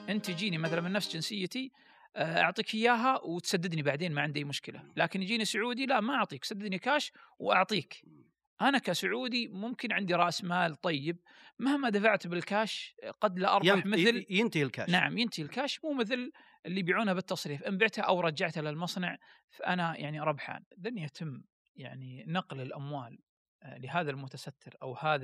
أنت تجيني مثلا من نفس جنسيتي أعطيك إياها وتسددني بعدين، ما عندي أي مشكلة. لكن يجيني سعودي لا، ما أعطيك، سددني كاش وأعطيك. أنا كسعودي ممكن عندي رأس مال طيب، مهما دفعت بالكاش قد لا أربح مثل ينتهي الكاش. نعم ينتهي الكاش، مو مثل اللي يبيعونه بالتصريف. إن بعته أو رجعته للمصنع فأنا يعني ربحان. لن يتم يعني نقل الأموال لهذا المتستر أو هذا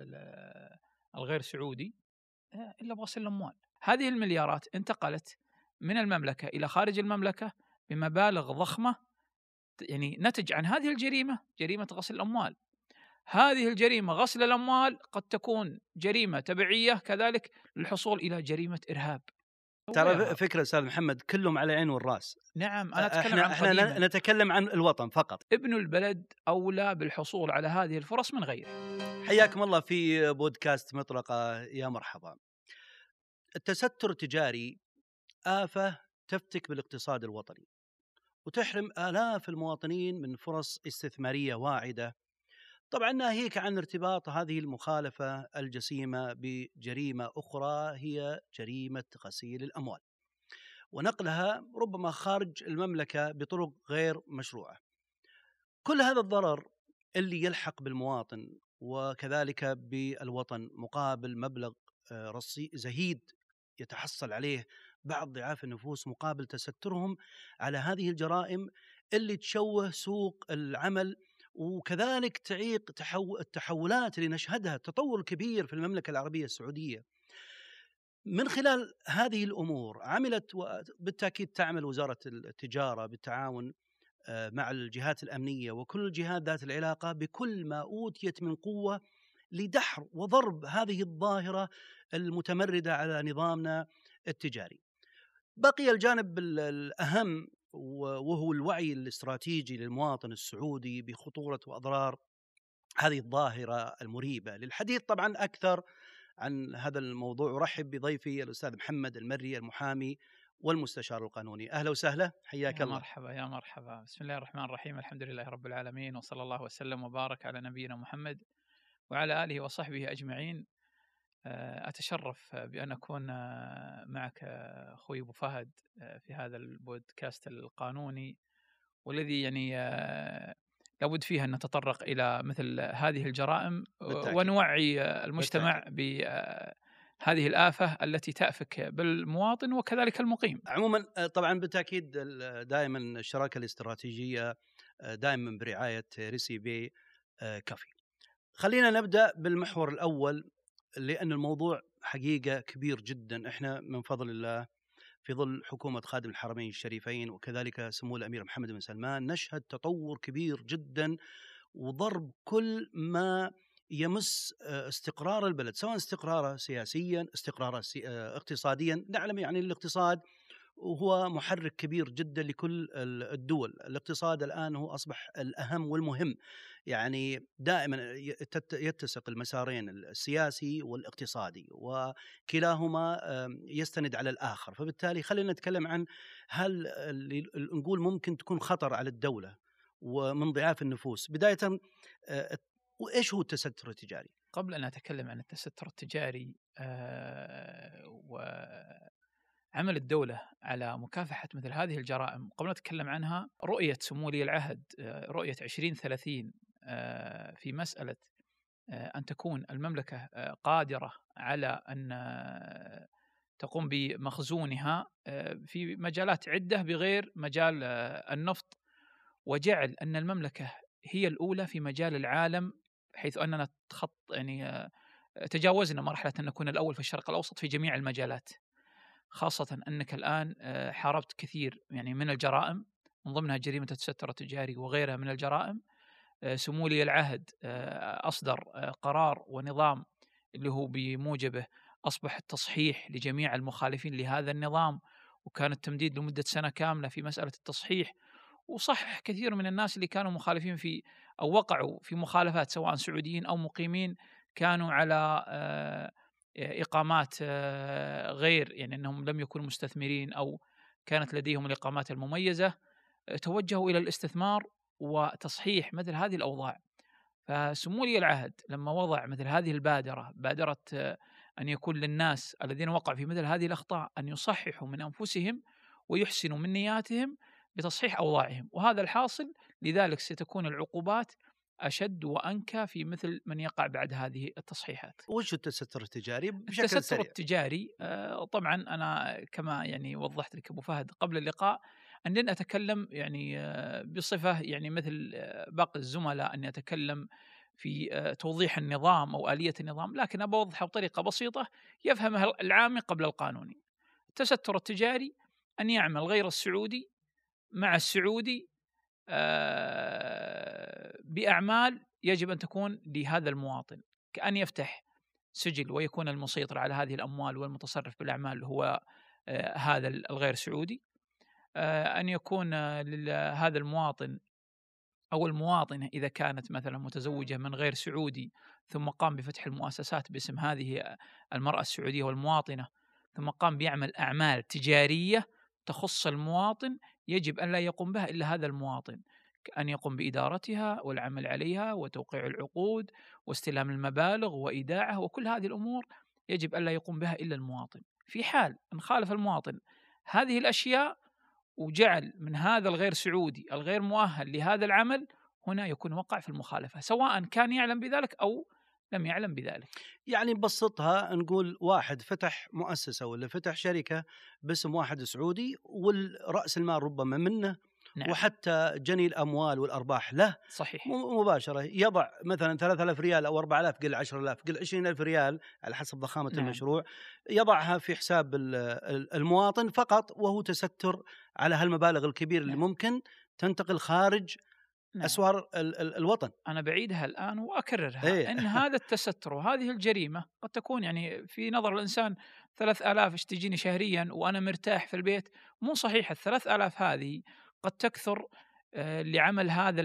الغير سعودي إلا بغسل الأموال. هذه المليارات انتقلت من المملكة إلى خارج المملكة بمبالغ ضخمة، يعني نتج عن هذه الجريمة جريمة غسل الأموال. هذه الجريمة غسل الأموال قد تكون جريمة تبعية كذلك للحصول إلى جريمة إرهاب. ترى فكرة أستاذ محمد كلهم على عين والرأس. نعم، أنا أتكلم عن احنا نتكلم عن الوطن فقط. ابن البلد أولى بالحصول على هذه الفرص من غيره. حياكم الله في بودكاست مطرقة، يا مرحبا. التستر التجاري آفة تفتك بالاقتصاد الوطني وتحرم آلاف المواطنين من فرص استثمارية واعدة، طبعا ناهيك عن ارتباط هذه المخالفة الجسيمة بجريمة أخرى هي جريمة غسيل الأموال ونقلها ربما خارج المملكة بطرق غير مشروعة. كل هذا الضرر اللي يلحق بالمواطن وكذلك بالوطن مقابل مبلغ زهيد يتحصل عليه بعض ضعاف النفوس مقابل تسترهم على هذه الجرائم اللي تشوه سوق العمل وكذلك تعيق التحولات اللي نشهدها، التطور الكبير في المملكة العربية السعودية. من خلال هذه الأمور عملت وبالتأكيد تعمل وزارة التجارة بالتعاون مع الجهات الأمنية وكل الجهات ذات العلاقة بكل ما أوتيت من قوة لدحر وضرب هذه الظاهرة المتمردة على نظامنا التجاري. بقي الجانب الأهم وهو الوعي الاستراتيجي للمواطن السعودي بخطورة وأضرار هذه الظاهرة المريبة. للحديث طبعا أكثر عن هذا الموضوع أرحب بضيفي الأستاذ محمد المري، المحامي والمستشار القانوني. أهلا وسهلا، حياك الله. مرحبا يا مرحبا. بسم الله الرحمن الرحيم، الحمد لله رب العالمين، وصلى الله وسلم وبارك على نبينا محمد وعلى آله وصحبه أجمعين. أتشرف بأن أكون معك أخوي أبو فهد في هذا البودكاست القانوني، والذي يعني لابد فيها أن نتطرق إلى مثل هذه الجرائم بالتأكيد. ونوعي المجتمع بهذه الآفة التي تأفك بالمواطن وكذلك المقيم. عموما طبعا بالتأكيد دائما الشراكة الاستراتيجية دائما برعاية ريسيبي كافي. خلينا نبدأ بالمحور الأول لأن الموضوع حقيقة كبير جدا. احنا من فضل الله في ظل حكومة خادم الحرمين الشريفين وكذلك سمو الأمير محمد بن سلمان نشهد تطور كبير جدا وضرب كل ما يمس استقرار البلد، سواء استقراره سياسيا، استقراره اقتصاديا. نعلم يعني الاقتصاد وهو محرك كبير جدا لكل الدول. الاقتصاد الآن هو أصبح الأهم والمهم، يعني دائما يتسق المسارين السياسي والاقتصادي وكلاهما يستند على الآخر. فبالتالي خلينا نتكلم عن هل نقول ممكن تكون خطر على الدولة ومن ضعاف النفوس. بداية وإيش هو التستر التجاري؟ قبل أن أتكلم عن التستر التجاري عمل الدولة على مكافحة مثل هذه الجرائم، قبل أن أتكلم عنها رؤية سمو ولي العهد رؤية 2030 في مسألة أن تكون المملكة قادرة على أن تقوم بمخزونها في مجالات عدة بغير مجال النفط، وجعل أن المملكة هي الأولى في مجال العالم، حيث أننا يعني تجاوزنا مرحلة أن نكون الأول في الشرق الأوسط في جميع المجالات، خاصة أنك الآن حاربت كثير يعني من الجرائم، من ضمنها جريمة التستر التجاري وغيرها من الجرائم. سمو ولي العهد أصدر قرار ونظام اللي هو بموجبه أصبح التصحيح لجميع المخالفين لهذا النظام، وكان التمديد لمدة سنة كاملة في مسألة التصحيح، وصح كثير من الناس اللي كانوا مخالفين في أو وقعوا في مخالفات سواء سعوديين أو مقيمين كانوا على إقامات غير، يعني أنهم لم يكونوا مستثمرين أو كانت لديهم الإقامات المميزة، توجهوا إلى الاستثمار وتصحيح مثل هذه الأوضاع. فسمو ولي العهد لما وضع مثل هذه البادرة، بادرة أن يكون للناس الذين وقعوا في مثل هذه الأخطاء أن يصححوا من أنفسهم ويحسنوا من نياتهم بتصحيح أوضاعهم، وهذا الحاصل. لذلك ستكون العقوبات أشد وأنكى في مثل من يقع بعد هذه التصحيحات. وش التستر التجاري بشكل التستر سريع؟ التجاري طبعا أنا كما يعني وضحت لك أبو فهد قبل اللقاء أن لن أتكلم يعني بصفة يعني مثل باقي الزملاء أن يتكلم في توضيح النظام أو آلية النظام، لكن أبى أوضحها بطريقة بسيطة يفهمها العامي قبل القانوني. التستر التجاري أن يعمل غير السعودي مع السعودي بأعمال يجب أن تكون لهذا المواطن، كأن يفتح سجل ويكون المسيطر على هذه الأموال والمتصرف بالأعمال هو هذا الغير سعودي، أن يكون هذا المواطن أو المواطنة إذا كانت مثلا متزوجة من غير سعودي ثم قام بفتح المؤسسات باسم هذه المرأة السعودية والمواطنة، ثم قام بيعمل أعمال تجارية تخص المواطن يجب أن لا يقوم بها إلا هذا المواطن، أن يقوم بإدارتها والعمل عليها وتوقيع العقود واستلام المبالغ وإيداعها، وكل هذه الأمور يجب أن لا يقوم بها إلا المواطن. في حال أن خالف المواطن هذه الأشياء وجعل من هذا الغير سعودي الغير مؤهل لهذا العمل، هنا يكون وقع في المخالفة سواء كان يعلم بذلك أو لم يعلم بذلك. يعني نبسطها نقول واحد فتح مؤسسة ولا فتح شركة باسم واحد سعودي والرأس المال ربما منه، نعم. وحتى جني الأموال والأرباح له صحيح. مباشرة، يضع مثلا 3000 ريال أو 4000 قل 10000 قل 20000 ريال على حسب ضخامة نعم. المشروع، يضعها في حساب المواطن فقط، وهو تستر على هالمبالغ الكبيرة اللي ممكن تنتقل خارج أسوار الوطن. أنا بعيدها الآن وأكررها. إن هذا التستر وهذه الجريمة قد تكون يعني في نظر الإنسان 3000 إيش تجيني شهريا وأنا مرتاح في البيت، مو صحيح. 3000 هذه قد تكثر لعمل هذا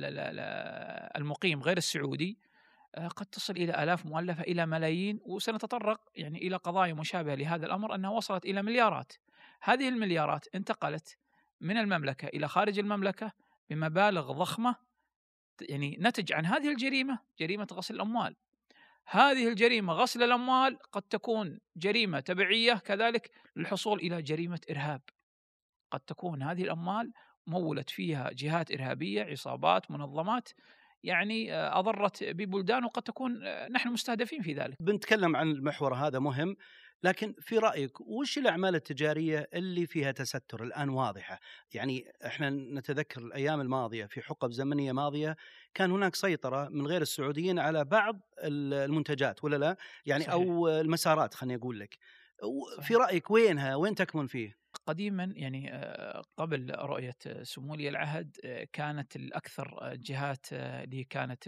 المقيم غير السعودي، قد تصل إلى آلاف مؤلفة إلى ملايين، وسنتطرق يعني إلى قضايا مشابهة لهذا الأمر أنها وصلت إلى مليارات. هذه المليارات انتقلت من المملكة إلى خارج المملكة بمبالغ ضخمة، يعني نتج عن هذه الجريمة جريمة غسل الأموال. هذه الجريمة غسل الأموال قد تكون جريمة تبعية كذلك للحصول إلى جريمة إرهاب. قد تكون هذه الأموال مولت فيها جهات إرهابية، عصابات، منظمات، يعني أضرت ببلدان، وقد تكون نحن مستهدفين في ذلك. بنتكلم عن المحور هذا مهم، لكن في رأيك وش الأعمال التجارية اللي فيها تستر الآن واضحة؟ يعني احنا نتذكر الأيام الماضية في حقب زمنية ماضية كان هناك سيطرة من غير السعوديين على بعض المنتجات ولا لا؟ يعني صحيح. أو المسارات خلني أقول لك. صحيح. في رأيك وينها؟ وين تكمن فيه؟ قديما يعني قبل رؤية سمو ولي العهد كانت الأكثر جهات اللي كانت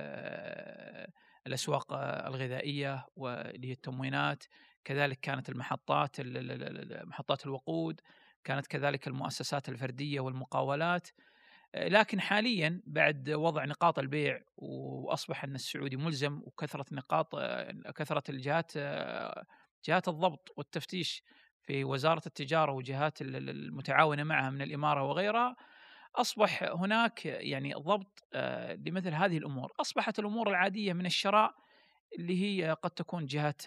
الأسواق الغذائية واللي هي التموينات، كذلك كانت محطات الوقود، كانت كذلك المؤسسات الفردية والمقاولات. لكن حاليا بعد وضع نقاط البيع وأصبح أن السعودي ملزم، كثرة الجهات، جهات الضبط والتفتيش في وزارة التجارة وجهات المتعاونة معها من الإمارة وغيرها، أصبح هناك يعني ضبط لمثل هذه الأمور. أصبحت الأمور العادية من الشراء اللي هي قد تكون جهات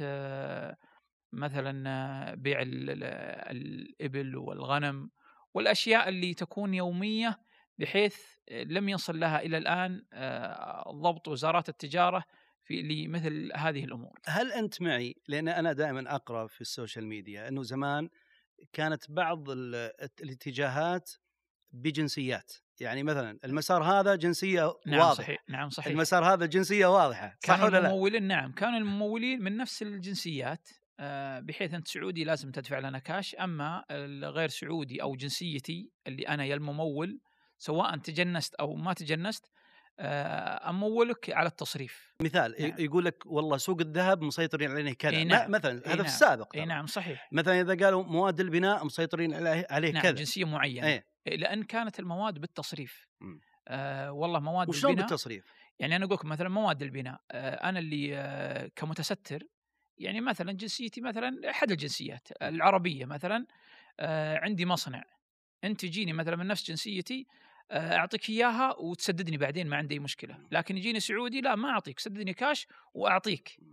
مثلا بيع الإبل والغنم والأشياء اللي تكون يومية بحيث لم يصل لها إلى الآن ضبط وزارات التجارة في لمثل هذه الأمور. هل أنت معي؟ لأن أنا دائما أقرأ في السوشيال ميديا أنه زمان كانت بعض الاتجاهات بجنسيات، يعني مثلا المسار هذا جنسية نعم واضحة. صحيح. نعم صحيح. المسار هذا جنسية واضحة. كانوا الممولين نعم كانوا الممولين من نفس الجنسيات، بحيث أنت سعودي لازم تدفع لنا كاش، أما الغير سعودي أو جنسيتي اللي أنا يا الممول سواء تجنست أو ما تجنست أمولك على التصريف. مثال نعم. يقول لك والله سوق الذهب مسيطرين عليه كذا. نعم. مثلا هذا نعم. في السابق. نعم صحيح. مثلا إذا قالوا مواد البناء مسيطرين عليه نعم كذا جنسية معينة. لأن كانت المواد بالتصريف. والله مواد وشلون البناء بالتصريف؟ يعني أنا أقول لك مثلا مواد البناء، أنا اللي كمتستر يعني مثلا جنسيتي مثلا أحد الجنسيات العربية مثلا، عندي مصنع، أنت تجيني مثلا من نفس جنسيتي أعطيك إياها وتسددني بعدين ما عندي مشكلة. لكن يجيني سعودي لا ما أعطيك، سددني كاش وأعطيك.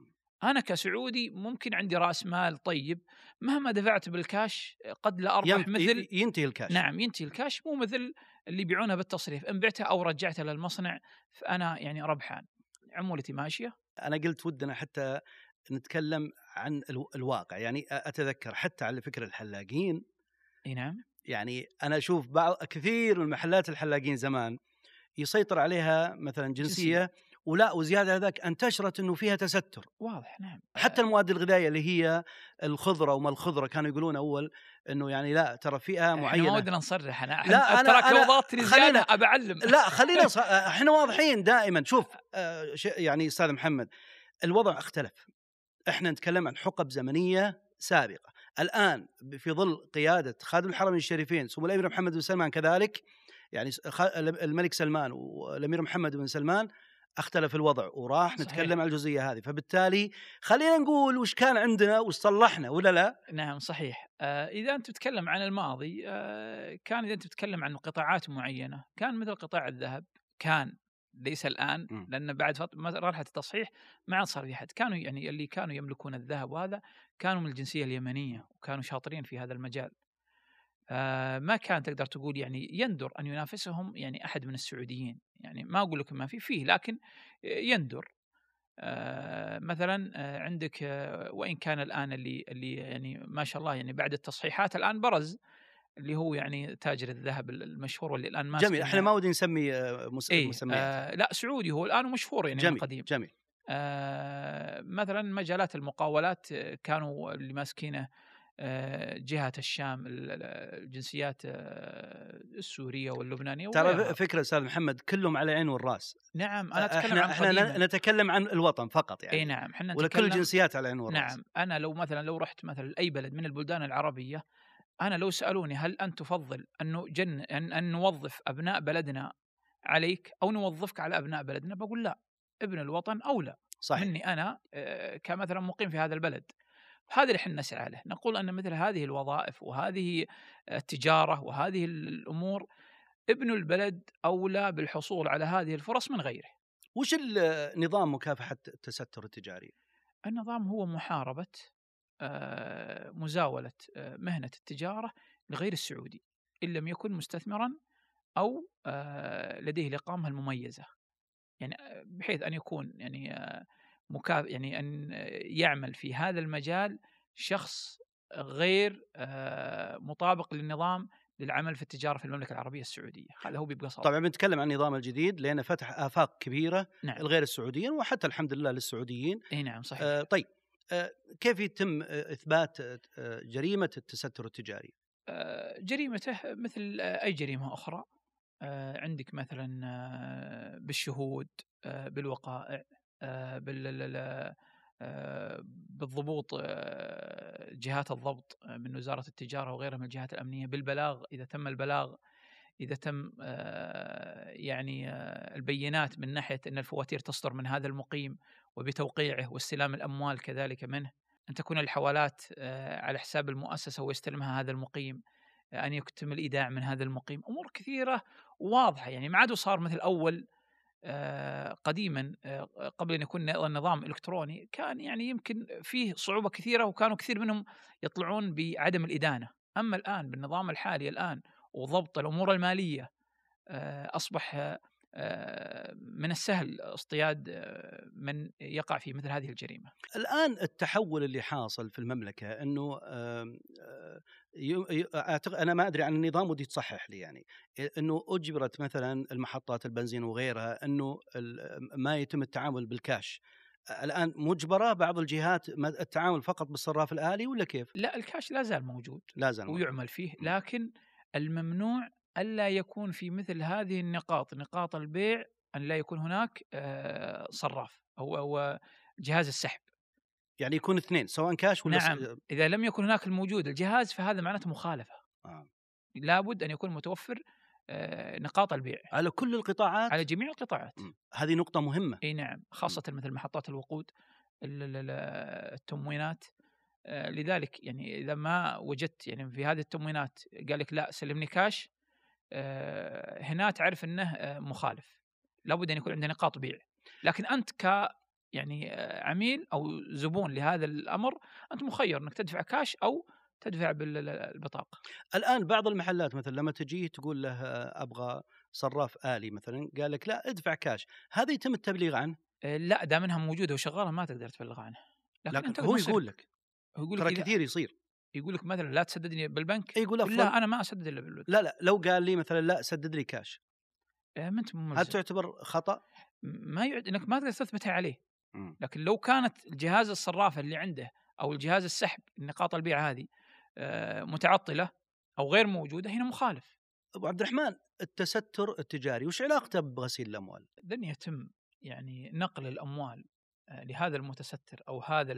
أنا كسعودي ممكن عندي رأس مال طيب، مهما دفعت بالكاش قد لا أربح مثل ينتهي الكاش. نعم ينتهي الكاش، مو مثل اللي يبيعونه بالتصريف، إن بعته أو رجعته للمصنع فأنا يعني ربحان، عمولتي ماشية. أنا قلت ودنا حتى نتكلم عن الواقع، يعني أتذكر حتى على فكرة الحلاقين. أي نعم. يعني أنا أشوف كثير من محلات الحلاقين زمان يسيطر عليها مثلا جنسية. ولا وزيادة ذاك انتشرت أنه فيها تستر واضح. نعم. حتى المواد الغذائية اللي هي الخضرة وما الخضرة كانوا يقولون أول أنه يعني لا ترى فئة معينة. ما ودنا نصرح. لا تراك لو ضغطتني زيادة أبى أعلم. لا خلينا احنا واضحين دائما. شوف يعني أستاذ محمد، الوضع اختلف. احنا نتكلم عن حقب زمنية سابقة. الآن في ظل قيادة خادم الحرمين الشريفين سمو الأمير محمد بن سلمان كذلك، يعني الملك سلمان والأمير محمد بن سلمان، اختلف الوضع وراح صحيح. نتكلم عن الجزئية هذه. فبالتالي خلينا نقول وش كان عندنا وش صلحنا ولا لا. نعم صحيح. إذا أنت تتكلم عن الماضي، كان إذا أنت تتكلم عن قطاعات معينة كان مثل قطاع الذهب، كان ليس الآن لأن بعد مرحلة التصحيح ما عاد صار في أحد. كانوا يعني اللي كانوا يملكون الذهب وهذا كانوا من الجنسية اليمنية وكانوا شاطرين في هذا المجال. ما كان تقدر تقول يعني يندر أن ينافسهم يعني أحد من السعوديين. يعني ما أقول لك ما فيه لكن يندر. مثلا عندك وإن كان الآن اللي يعني ما شاء الله يعني بعد التصحيحات الآن برز اللي هو يعني تاجر الذهب المشهور واللي الآن ماسك. جميل. احنا ما ودي نسمي مسميات. لا سعودي هو الآن مشهور يعني جميل. من قديم. جميل. مثلا مجالات المقاولات كانوا اللي ماسكينه جهة الشام، الجنسيات السورية واللبنانية. ترى فكرة أستاذ محمد كلهم على عين والرأس. نعم أنا أتكلم عن احنا نتكلم عن الوطن فقط يعني. أي نعم احنا ولا كل الجنسيات على عين والرأس. نعم. أنا لو رحت مثلا أي بلد من البلدان العربية، أنا لو سألوني هل أنت تفضل أن نوظف أبناء بلدنا عليك أو نوظفك على أبناء بلدنا، بقول لا، ابن الوطن أولى. صحيح. مني أنا كمثلا مقيم في هذا البلد. هذا اللي احنا نسعى له، نقول أن مثل هذه الوظائف وهذه التجارة وهذه الأمور ابن البلد أولى بالحصول على هذه الفرص من غيره. وش النظام مكافحة التستر التجاري؟ النظام هو محاربة مزاولة مهنة التجارة لغير السعودي إن لم يكن مستثمرا أو لديه الإقامة المميزة، يعني بحيث أن يكون يعني يعني أن يعمل في هذا المجال شخص غير مطابق للنظام للعمل في التجارة في المملكة العربية السعودية. هذا هو ببساطة. طبعا بنتكلم عن النظام الجديد لأنه فتح آفاق كبيرة. نعم. الغير السعوديين وحتى الحمد لله للسعوديين. اي نعم صحيح. طيب كيف يتم إثبات جريمة التستر التجاري؟ جريمته مثل أي جريمة أخرى. عندك مثلا بالشهود، بالوقائع، بالضبوط، جهات الضبط من وزارة التجارة وغيرها من الجهات الأمنية، بالبلاغ إذا تم البلاغ، إذا تم يعني البينات من ناحية أن الفواتير تصدر من هذا المقيم وبتوقيعه واستلام الأموال كذلك منه، أن تكون الحوالات على حساب المؤسسة ويستلمها هذا المقيم، أن يتم الإيداع من هذا المقيم. أمور كثيرة واضحة يعني ما عاد صار مثل أول. قديما قبل أن يكون النظام إلكتروني كان يعني يمكن فيه صعوبة كثيرة وكانوا كثير منهم يطلعون بعدم الإدانة. أما الآن بالنظام الحالي الآن وضبط الأمور المالية أصبح من السهل اصطياد من يقع في مثل هذه الجريمة. الآن التحول اللي حاصل في المملكة أنه أنا ما أدري عن النظام ودي تصحح لي يعني أنه أجبرت مثلا المحطات البنزين وغيرها أنه ما يتم التعامل بالكاش. الآن مجبرة بعض الجهات التعامل فقط بالصراف الآلي ولا كيف؟ لا الكاش لا زال موجود ويعمل فيه، لكن الممنوع ألا يكون في مثل هذه النقاط، نقاط البيع، أن لا يكون هناك صراف أو جهاز السحب. يعني يكون اثنين سواء كاش ولا نعم. إذا لم يكن هناك الموجود الجهاز فهذا معناته مخالفة. لابد أن يكون متوفر نقاط البيع على كل القطاعات، على جميع القطاعات. هذه نقطة مهمة. أي نعم، خاصة مثل محطات الوقود، التموينات. لذلك يعني إذا ما وجدت يعني في هذه التموينات قال لك لا سلمني كاش، هنا تعرف أنه مخالف. لابد أن يكون عندنا نقاط بيع. لكن أنت يعني عميل أو زبون لهذا الأمر، أنت مخيّر إنك تدفع كاش أو تدفع البطاقة. الآن بعض المحلات مثلًا لمّا تجيه تقول له أبغى صراف آلي مثلًا، قال لك لأ ادفع كاش، هذا يتم التبليغ عنه؟ لأ، دام إنها موجودة وشغّالة ما تقدر تبلّغ عنها، لكن لكن أنت هو يقول مُسِر. لك، هو يقول لك ترى إذا كثير يصير. يقول لك مثلًا لا تسدّدني بالبنك، يقول قُل أفضل لا أنا ما أسدّد إلا بالبنك. لا، لو قال لي مثلًا لأ سدد لي كاش، ما أنت مو هل ملزم. تعتبر خطأ؟ ما إنك ما تقدر تثبتها عليه. إمم. لكن لو كانت الجهاز الصرافة اللي عنده أو الجهاز السحب نقاط البيع هذه متعطلة أو غير موجودة، هنا مخالف. أبو عبد الرحمن، التستر التجاري وش علاقته بغسيل الأموال؟ لن يتم يعني نقل الأموال لهذا المتستر أو هذا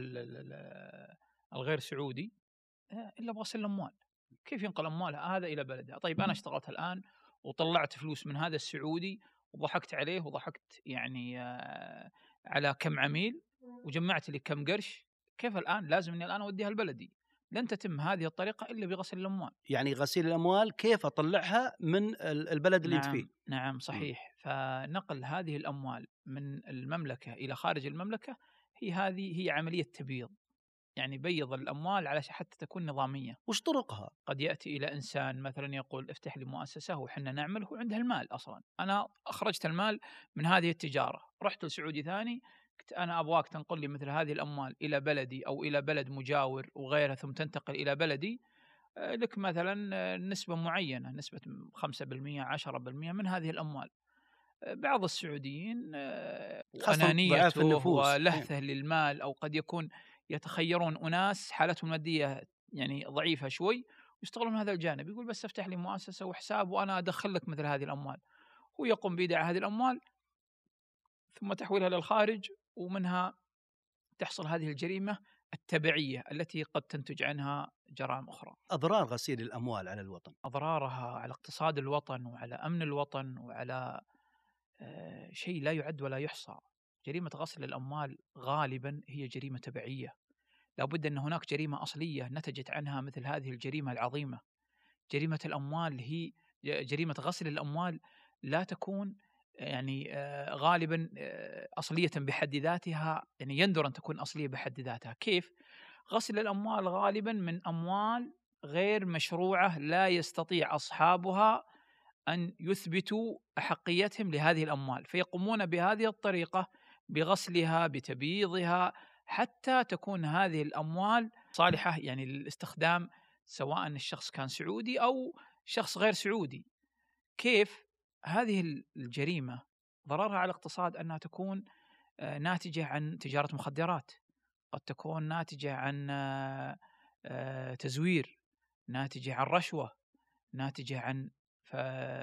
الغير سعودي إلا بغسيل الأموال. كيف ينقل أمواله هذا إلى بلده؟ طيب أنا اشتغلت الآن وطلعت فلوس من هذا السعودي وضحكت عليه وضحكت يعني على كم عميل وجمعت لي كم قرش، كيف الآن لازم إني الآن أوديها لبلدي؟ لن تتم هذه الطريقة إلا بغسل الأموال. يعني غسيل الأموال كيف أطلعها من البلد اللي أنت فيه؟ نعم، نعم إمم. صحيح. فنقل هذه الأموال من المملكة إلى خارج المملكة هذه هي عملية تبييض، يعني بيض الأموال حتى تكون نظامية. وش طرقها؟ قد يأتي إلى إنسان مثلًا يقول افتح لي مؤسسة وحنا نعمل، هو عنده المال أصلًا، أنا أخرجت المال من هذه التجارة، رحت لسعودي ثاني قلت أنا أبغاك تنقل لي مثل هذه الأموال إلى بلدي أو إلى بلد مجاور وغيرها ثم تنتقل إلى بلدي، لك مثلًا نسبة معينة، نسبة 5% 10% من هذه الأموال. بعض السعوديين خاصةً ضعاف وأنانيته النفوس. إيه. ولهثه للمال أو قد يكون يتخيرون أناس حالتهم المادية يعني ضعيفة شوي ويستغلون هذا الجانب، يقول بس افتح لي مؤسسة وحساب وأنا أدخل لك مثل هذه الأموال. هو يقوم بإيداع هذه الأموال ثم تحويلها للخارج، ومنها تحصل هذه الجريمة التبعية التي قد تنتج عنها جرائم أخرى. أضرار غسيل الأموال على الوطن. أضرارها على اقتصاد الوطن وعلى أمن الوطن وعلى شيء لا يعد ولا يحصى. جريمة غسل الأموال غالبا هي جريمة تبعية، لابد أن هناك جريمة أصلية نتجت عنها مثل هذه الجريمة العظيمة. جريمة الأموال هي جريمة غسل الأموال لا تكون يعني غالبا أصلية بحد ذاتها، يعني يندر أن تكون أصلية بحد ذاتها. كيف؟ غسل الأموال غالبا من أموال غير مشروعة لا يستطيع أصحابها أن يثبتوا أحقيتهم لهذه الأموال، فيقومون بهذه الطريقة بغسلها بتبييضها حتى تكون هذه الأموال صالحة يعني للاستخدام، سواء الشخص كان سعودي أو شخص غير سعودي. كيف؟ هذه الجريمة ضررها على الاقتصاد أنها تكون ناتجة عن تجارة مخدرات، قد تكون ناتجة عن تزوير، ناتجة عن رشوة، ناتجة عن ف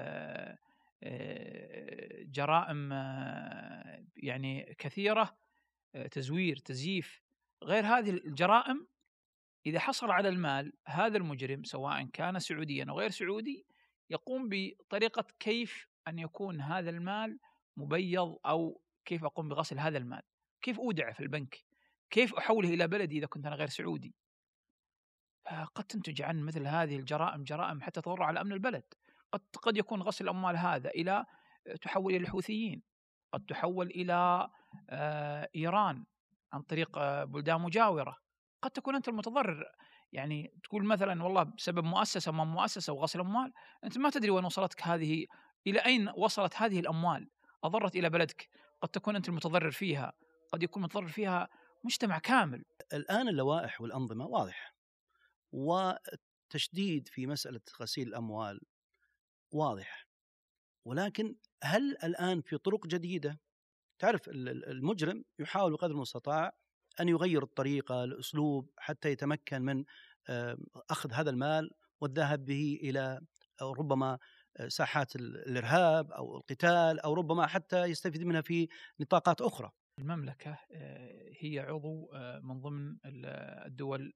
جرائم يعني كثيرة، تزوير، تزييف. غير هذه الجرائم إذا حصل على المال هذا المجرم سواء كان سعوديًا أو غير سعودي، يقوم بطريقة كيف أن يكون هذا المال مبيض أو كيف أقوم بغسل هذا المال، كيف أودعه في البنك، كيف أحوله إلى بلدي إذا كنت أنا غير سعودي. قد تنتج عن مثل هذه الجرائم جرائم حتى تضر على أمن البلد. قد يكون غسل الأموال هذا إلى تحول إلى الحوثيين، قد تحول إلى إيران عن طريق بلدان مجاورة. قد تكون أنت المتضرر، يعني تقول مثلا والله بسبب مؤسسة ما مؤسسة وغسل أموال، أنت ما تدري وين وصلتك هذه، إلى أين وصلت هذه الأموال، أضرت إلى بلدك، قد تكون أنت المتضرر فيها، قد يكون متضرر فيها مجتمع كامل. الآن اللوائح والأنظمة واضحة، والتشديد في مسألة غسيل الأموال واضح، ولكن هل الآن في طرق جديدة؟ تعرف المجرم يحاول بقدر المستطاع أن يغير الطريقة، الأسلوب، حتى يتمكن من أخذ هذا المال والذهاب به إلى أو ربما ساحات الإرهاب أو القتال، أو ربما حتى يستفيد منها في نطاقات أخرى. المملكة هي عضو من ضمن الدول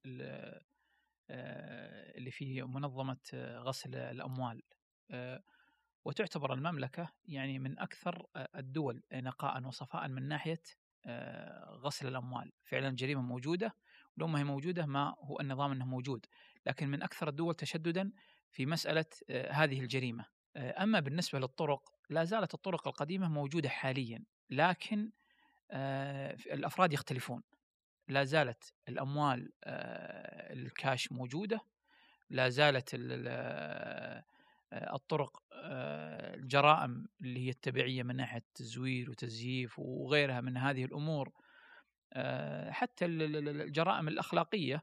اللي في منظمة غسل الأموال، وتعتبر المملكة يعني من أكثر الدول نقاء وصفاء من ناحية غسل الأموال. فعلا جريمة موجودة، ولو ما هي موجودة ما هو النظام أنه موجود، لكن من أكثر الدول تشددا في مسألة هذه الجريمة. أما بالنسبة للطرق، لا زالت الطرق القديمة موجودة حاليا، لكن الأفراد يختلفون، لا زالت الأموال الكاش موجودة، لا زالت الطرق الجرائم اللي هي التبعية من ناحية تزوير وتزييف وغيرها من هذه الأمور، حتى الجرائم الأخلاقية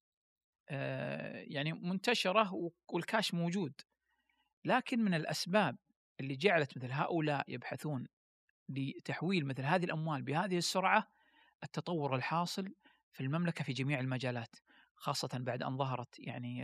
يعني منتشرة والكاش موجود. لكن من الأسباب اللي جعلت مثل هؤلاء يبحثون لتحويل مثل هذه الأموال بهذه السرعة التطور الحاصل في المملكة في جميع المجالات، خاصة بعد أن ظهرت يعني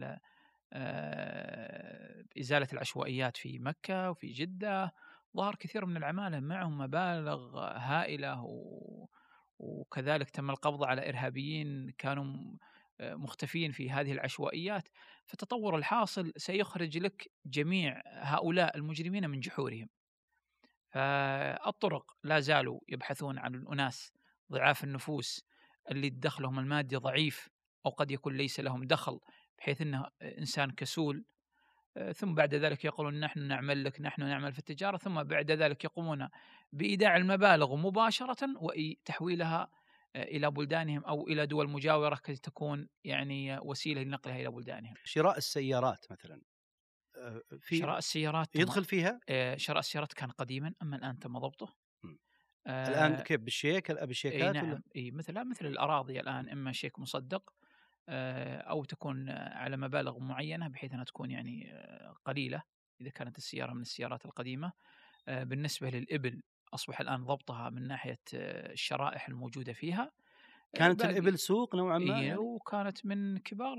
إزالة العشوائيات في مكة وفي جدة. ظهر كثير من العمالة معهم مبالغ هائلة، وكذلك تم القبض على إرهابيين كانوا مختفين في هذه العشوائيات. فالتطور الحاصل سيخرج لك جميع هؤلاء المجرمين من جحورهم. فالطرق لا زالوا يبحثون عن الأناس ضعاف النفوس اللي دخلهم المادي ضعيف، أو قد يكون ليس لهم دخل، بحيث أنه إنسان كسول. ثم بعد ذلك يقولون نحن نعمل لك، نحن نعمل في التجارة، ثم بعد ذلك يقومون بإيداع المبالغ مباشرة وتحويلها إلى بلدانهم أو إلى دول مجاورة كي تكون يعني وسيلة لنقلها إلى بلدانهم. شراء السيارات مثلا، في شراء السيارات يدخل فيها؟ شراء السيارات كان قديما، أما الآن تم ضبطه. الآن كيف بالشيكات؟ نعم، مثل الأراضي الآن، إما شيك مصدق أو تكون على مبالغ معينة بحيث أنها تكون يعني قليلة إذا كانت السيارة من السيارات القديمة. بالنسبة للإبل أصبح الآن ضبطها من ناحية الشرائح الموجودة فيها. كانت الإبل سوق نوعا ما يعني؟ وكانت من كبار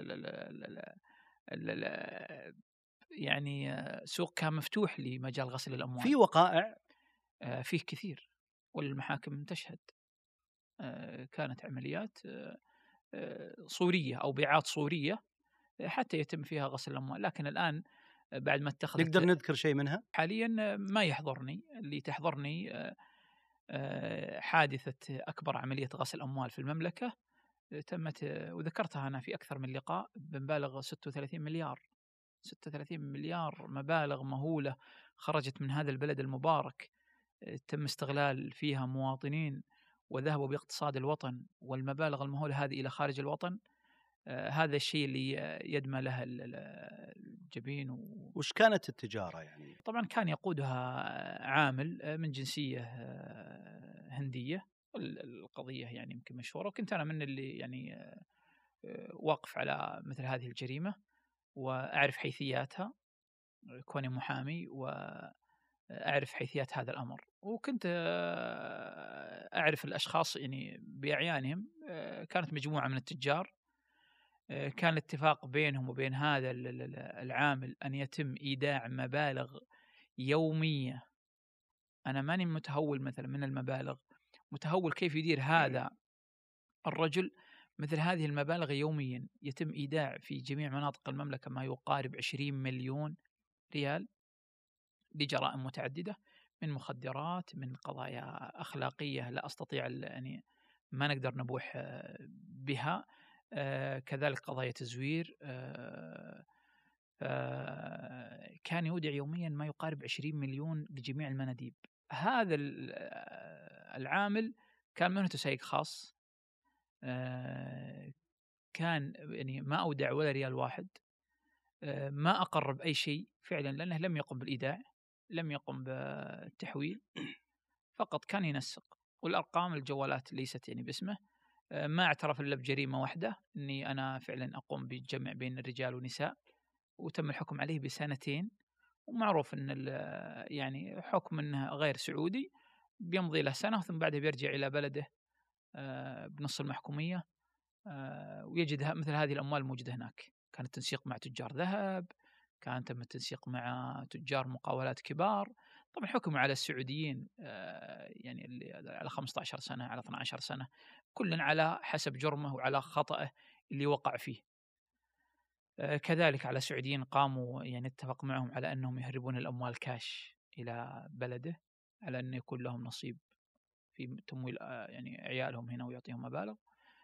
ال يعني سوق كان مفتوح لمجال غسل الأموال. في وقائع فيه كثير، والمحاكم تشهد. كانت عمليات صورية أو بيعات صورية حتى يتم فيها غسل الأموال. لكن الآن بعد ما اتخذت، نقدر نذكر شيء منها؟ حاليا ما يحضرني. اللي تحضرني حادثة أكبر عملية غسل أموال في المملكة تمت، وذكرتها أنا في أكثر من لقاء، بمبالغ 36 مليار. 36 مليار مبالغ مهولة خرجت من هذا البلد المبارك، تم استغلال فيها مواطنين وذهبوا باقتصاد الوطن، والمبالغ المهولة هذه إلى خارج الوطن. هذا الشيء اللي يدمى له الجبين. وش كانت التجارة يعني؟ طبعا كان يقودها عامل من جنسية هندية. القضية يعني يمكن مشهورة، وكنت أنا من اللي يعني واقف على مثل هذه الجريمة وأعرف حيثياتها كوني محامي، وأعرف حيثيات هذا الأمر. وكنت أعرف الأشخاص يعني بأعيانهم. كانت مجموعة من التجار، كان الاتفاق بينهم وبين هذا العامل أن يتم إيداع مبالغ يومية. أنا ماني متهول مثلا من المبالغ، متهول كيف يدير هذا الرجل مثل هذه المبالغ يوميا. يتم إيداع في جميع مناطق المملكة ما يقارب 20 مليون ريال لجرائم متعددة، من مخدرات، من قضايا أخلاقية لا أستطيع يعني ما نقدر نبوح بها، كذلك قضايا تزوير. كان يودع يوميا ما يقارب 20 مليون لجميع المناديب. هذا العامل كان مهنته سائق خاص، كان يعني ما أودع ولا ريال واحد، ما أقر بأي شيء فعلا، لأنه لم يقم بالإيداع، لم يقم بالتحويل، فقط كان ينسق. والأرقام الجوالات ليست يعني باسمه. ما اعترف إلا بجريمة واحدة، أني أنا فعلا أقوم بالجمع بين الرجال والنساء، وتم الحكم عليه بسنتين. ومعروف أن يعني حكم أنه غير سعودي بيمضي له سنة، ثم بعدها بيرجع إلى بلده بنص المحكومية، ويجد مثل هذه الأموال موجودة هناك. كان التنسيق مع تجار ذهب، كان تم التنسيق مع تجار مقاولات كبار. طبعا حكموا على السعوديين يعني اللي على 15 سنة، على 12 سنة، كل على حسب جرمه وعلى خطأه اللي وقع فيه. كذلك على سعوديين قاموا يعني اتفق معهم على أنهم يهربون الأموال كاش إلى بلده، على أن يكون لهم نصيب في تمويل يعني عيالهم هنا ويعطيهم مبالغ.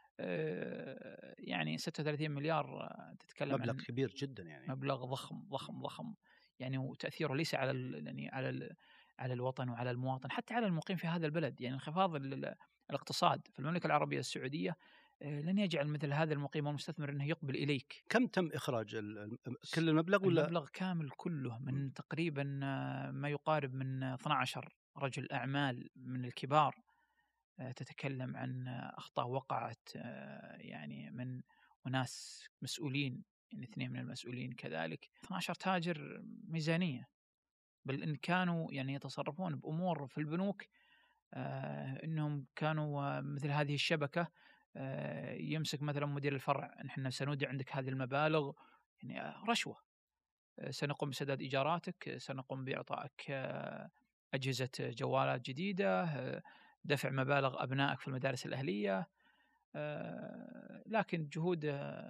يعني 36 مليار تتكلم مبلغ عن كبير جدا، يعني مبلغ ضخم ضخم ضخم يعني، وتأثيره ليس على يعني على على الوطن وعلى المواطن، حتى على المقيم في هذا البلد. يعني انخفاض الاقتصاد في المملكة العربية السعودية لن يجعل مثل هذا المقيم والمستثمر أنه يقبل إليك. كم تم إخراج كل المبلغ ولا؟ المبلغ كامل كله من تقريبا ما يقارب من 12 رجل أعمال من الكبار. تتكلم عن أخطاء وقعت يعني من وناس مسؤولين، يعني 2 من المسؤولين كذلك، 12 تاجر ميزانية، بل إن كانوا يعني يتصرفون بأمور في البنوك إنهم كانوا مثل هذه الشبكة. يمسك مثلا مدير الفرع، نحن سنودع عندك هذه المبالغ، يعني رشوة. سنقوم بسداد إيجاراتك، سنقوم بإعطائك أجهزة جوالات جديدة، دفع مبالغ أبنائك في المدارس الأهلية. لكن جهود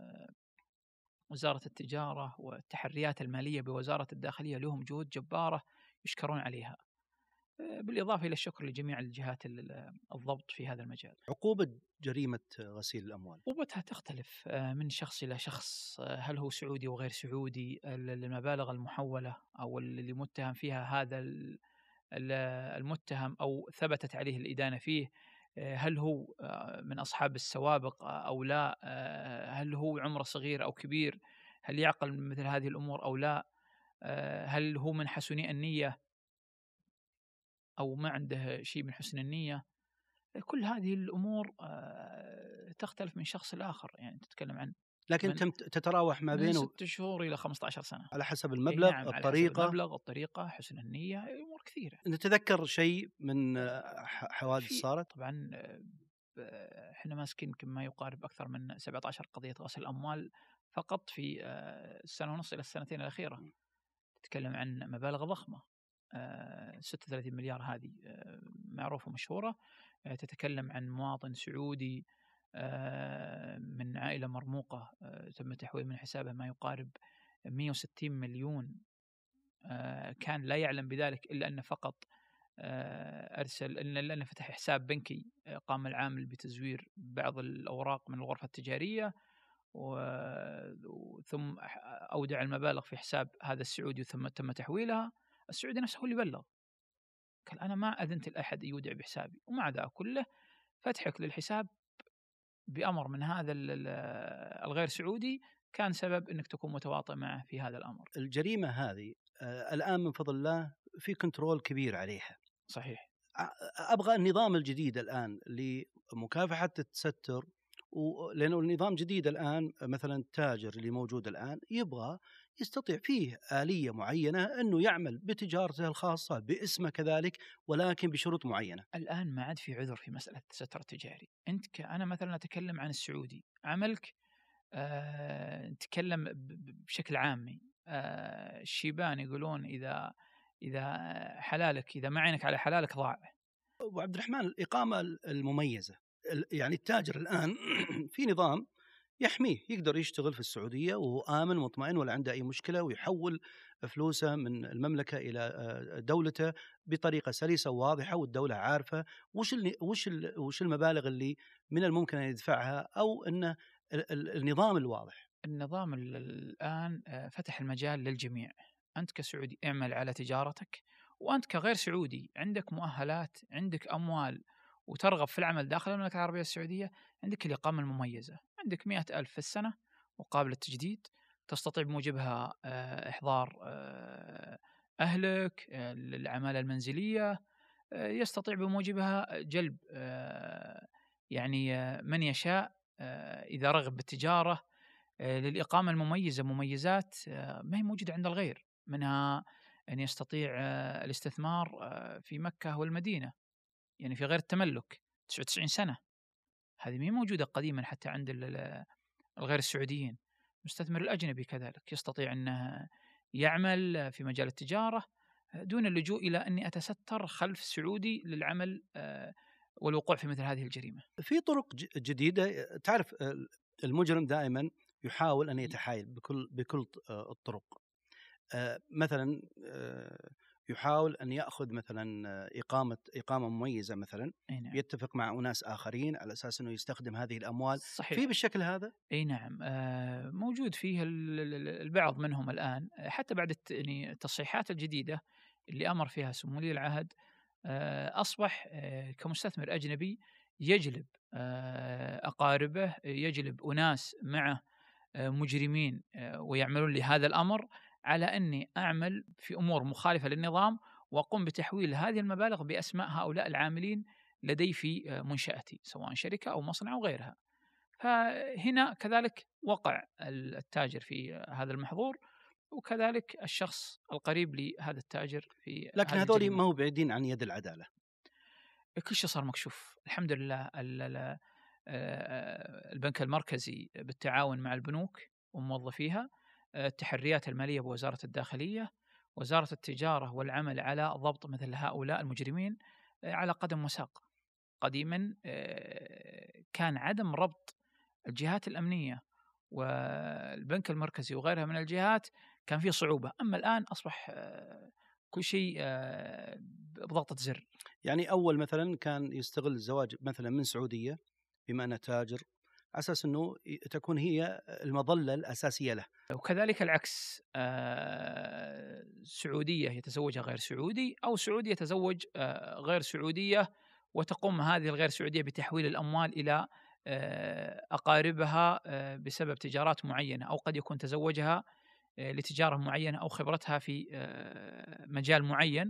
وزارة التجارة والتحريات المالية بوزارة الداخلية لهم جهود جبارة يشكرون عليها، بالإضافة إلى الشكر لجميع الجهات الضبط في هذا المجال. عقوبة جريمة غسيل الأموال عقوبتها تختلف من شخص إلى شخص، هل هو سعودي وغير سعودي، المبالغ المحولة أو اللي متهم فيها هذا المتهم أو ثبتت عليه الإدانة فيه، هل هو من أصحاب السوابق أو لا، هل هو عمره صغير أو كبير، هل يعقل مثل هذه الأمور أو لا، هل هو من حسني النية أو ما عنده شيء من حسن النية. كل هذه الأمور تختلف من شخص لآخر. يعني تتكلم عن لكن تتراوح ما من بين 6 شهور إلى 15 سنة على حسب المبلغ. نعم، الطريقة على حسب المبلغ، الطريقة، حسن النية، أمور كثيرة. نتذكر شيء من حوادث صارت؟ طبعا احنا ماسكين يمكن ما يقارب أكثر من 17 قضية غسل أموال فقط في السنة ونص إلى السنتين الأخيرة. تتكلم عن مبالغ ضخمة، 36 مليار هذه معروفة ومشهورة. تتكلم عن مواطن سعودي من عائلة مرموقة تم تحويل من حسابه ما يقارب 160 مليون. كان لا يعلم بذلك إلا أنه فقط أرسل لأنه فتح حساب بنكي، قام العامل بتزوير بعض الأوراق من الغرفة التجارية ثم أودع المبالغ في حساب هذا السعودي ثم تم تحويلها. السعودي نفسه هو اللي بلغ، قال أنا ما أذنت لأحد يودع بحسابي، ومع ذا كله فتحك للحساب بأمر من هذا الغير سعودي كان سبب أنك تكون متواطئ معه في هذا الأمر. الجريمة هذه الآن من فضل الله في كنترول كبير عليها. صحيح. أبغى النظام الجديد الآن لمكافحة التستر، لأنه النظام جديد الآن مثلا التاجر اللي موجود الآن يبغى يستطيع فيه آلية معينة أنه يعمل بتجارته الخاصة باسمه كذلك، ولكن بشروط معينة. الآن ما عاد في عذر في مسألة التستر التجاري. أنت أنا مثلا أتكلم عن السعودي، عملك نتكلم بشكل عامي. الشيبان يقولون إذا حلالك، إذا ما عينك على حلالك ضاع. وعبد الرحمن، الإقامة المميزة، يعني التاجر الآن في نظام يحميه، يقدر يشتغل في السعودية وهو آمن مطمئن ولا عنده أي مشكلة، ويحول فلوسه من المملكة إلى دولته بطريقة سلسة وواضحة، والدولة عارفة وش المبالغ اللي من الممكن أن يدفعها، أو أنه النظام الواضح. النظام الآن فتح المجال للجميع. أنت كسعودي اعمل على تجارتك، وأنت كغير سعودي عندك مؤهلات، عندك أموال، وترغب في العمل داخل المملكة العربية السعودية، عندك الإقامة المميزة، عندك 100,000 في السنة وقابل التجديد، تستطيع بموجبها إحضار أهلك للعمالة المنزلية، يستطيع بموجبها جلب يعني من يشاء إذا رغب بالتجارة للإقامة المميزة. مميزات ما هي موجودة عند الغير، منها أن يستطيع الاستثمار في مكة والمدينة، يعني في غير التملك 99 سنة، هذه ما هي موجودة قديما حتى عند الغير السعوديين. المستثمر الأجنبي كذلك يستطيع أنه يعمل في مجال التجارة دون اللجوء إلى أني أتستر خلف سعودي للعمل والوقوع في مثل هذه الجريمة. في طرق جديدة. تعرف المجرم دائما يحاول أن يتحايل بكل الطرق. مثلا يحاول أن يأخذ مثلا إقامة مميزة مثلا، نعم. يتفق مع أناس آخرين على أساس أنه يستخدم هذه الأموال. صحيح. في بالشكل هذا؟ أي نعم، موجود فيه البعض منهم الآن، حتى بعد يعني التصحيحات الجديدة اللي أمر فيها سمو ولي العهد أصبح كمستثمر أجنبي يجلب أقاربه، يجلب أناس معه مجرمين ويعملون لهذا الأمر، على أني أعمل في أمور مخالفة للنظام وأقوم بتحويل هذه المبالغ بأسماء هؤلاء العاملين لدي في منشأتي، سواء شركة أو مصنع أو غيرها. فهنا كذلك وقع التاجر في هذا المحظور، وكذلك الشخص القريب لهذا التاجر في لكن هذه هذول الجريمة. ما هو بعيدين عن يد العدالة. كل شيء صار مكشوف الحمد لله. البنك المركزي بالتعاون مع البنوك وموظفيها، التحريات المالية بوزارة الداخلية، وزارة التجارة، والعمل على ضبط مثل هؤلاء المجرمين على قدم وساق. قديما كان عدم ربط الجهات الأمنية والبنك المركزي وغيرها من الجهات كان فيه صعوبة، أما الآن أصبح كل شيء بضغطة زر. يعني أول مثلا كان يستغل الزواج مثلا من سعودية بما أنه تاجر، على أساس أنه تكون هي المظلة الأساسية له، وكذلك العكس، سعودية يتزوجها غير سعودي، أو سعودي يتزوج غير سعودية، وتقوم هذه الغير سعودية بتحويل الأموال إلى أقاربها بسبب تجارات معينة، أو قد يكون تزوجها لتجارة معينة أو خبرتها في مجال معين.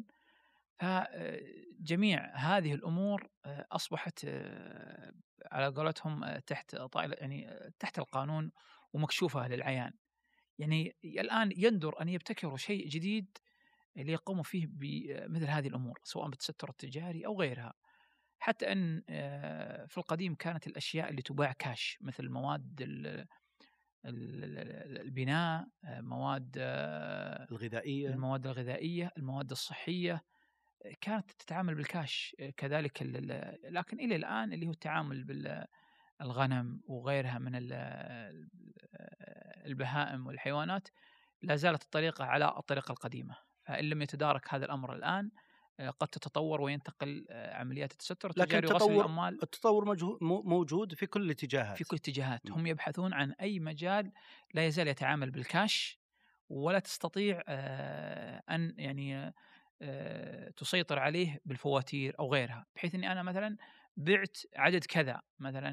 فجميع هذه الأمور أصبحت على قولتهم تحت طائلة، يعني تحت القانون ومكشوفة للعيان. يعني الآن يندر أن يبتكروا شيء جديد ليقوموا فيه بمثل هذه الأمور، سواء بالتستر التجاري أو غيرها. حتى أن في القديم كانت الأشياء اللي تباع كاش مثل مواد البناء، مواد الغذائية، المواد الصحية، كانت تتعامل بالكاش كذلك. لكن إلى الآن اللي هو التعامل بالغنم وغيرها من البهائم والحيوانات لا زالت الطريقة على الطريقة القديمة. فإن لم يتدارك هذا الأمر الآن قد تتطور وينتقل عمليات التستر لكن التجاري وغسل الأموال. التطور موجود في كل الاتجاهات. في كل الاتجاهات هم يبحثون عن أي مجال لا يزال يتعامل بالكاش، ولا تستطيع أن يعني تسيطر عليه بالفواتير أو غيرها، بحيث أني أنا مثلا بعت عدد كذا مثلا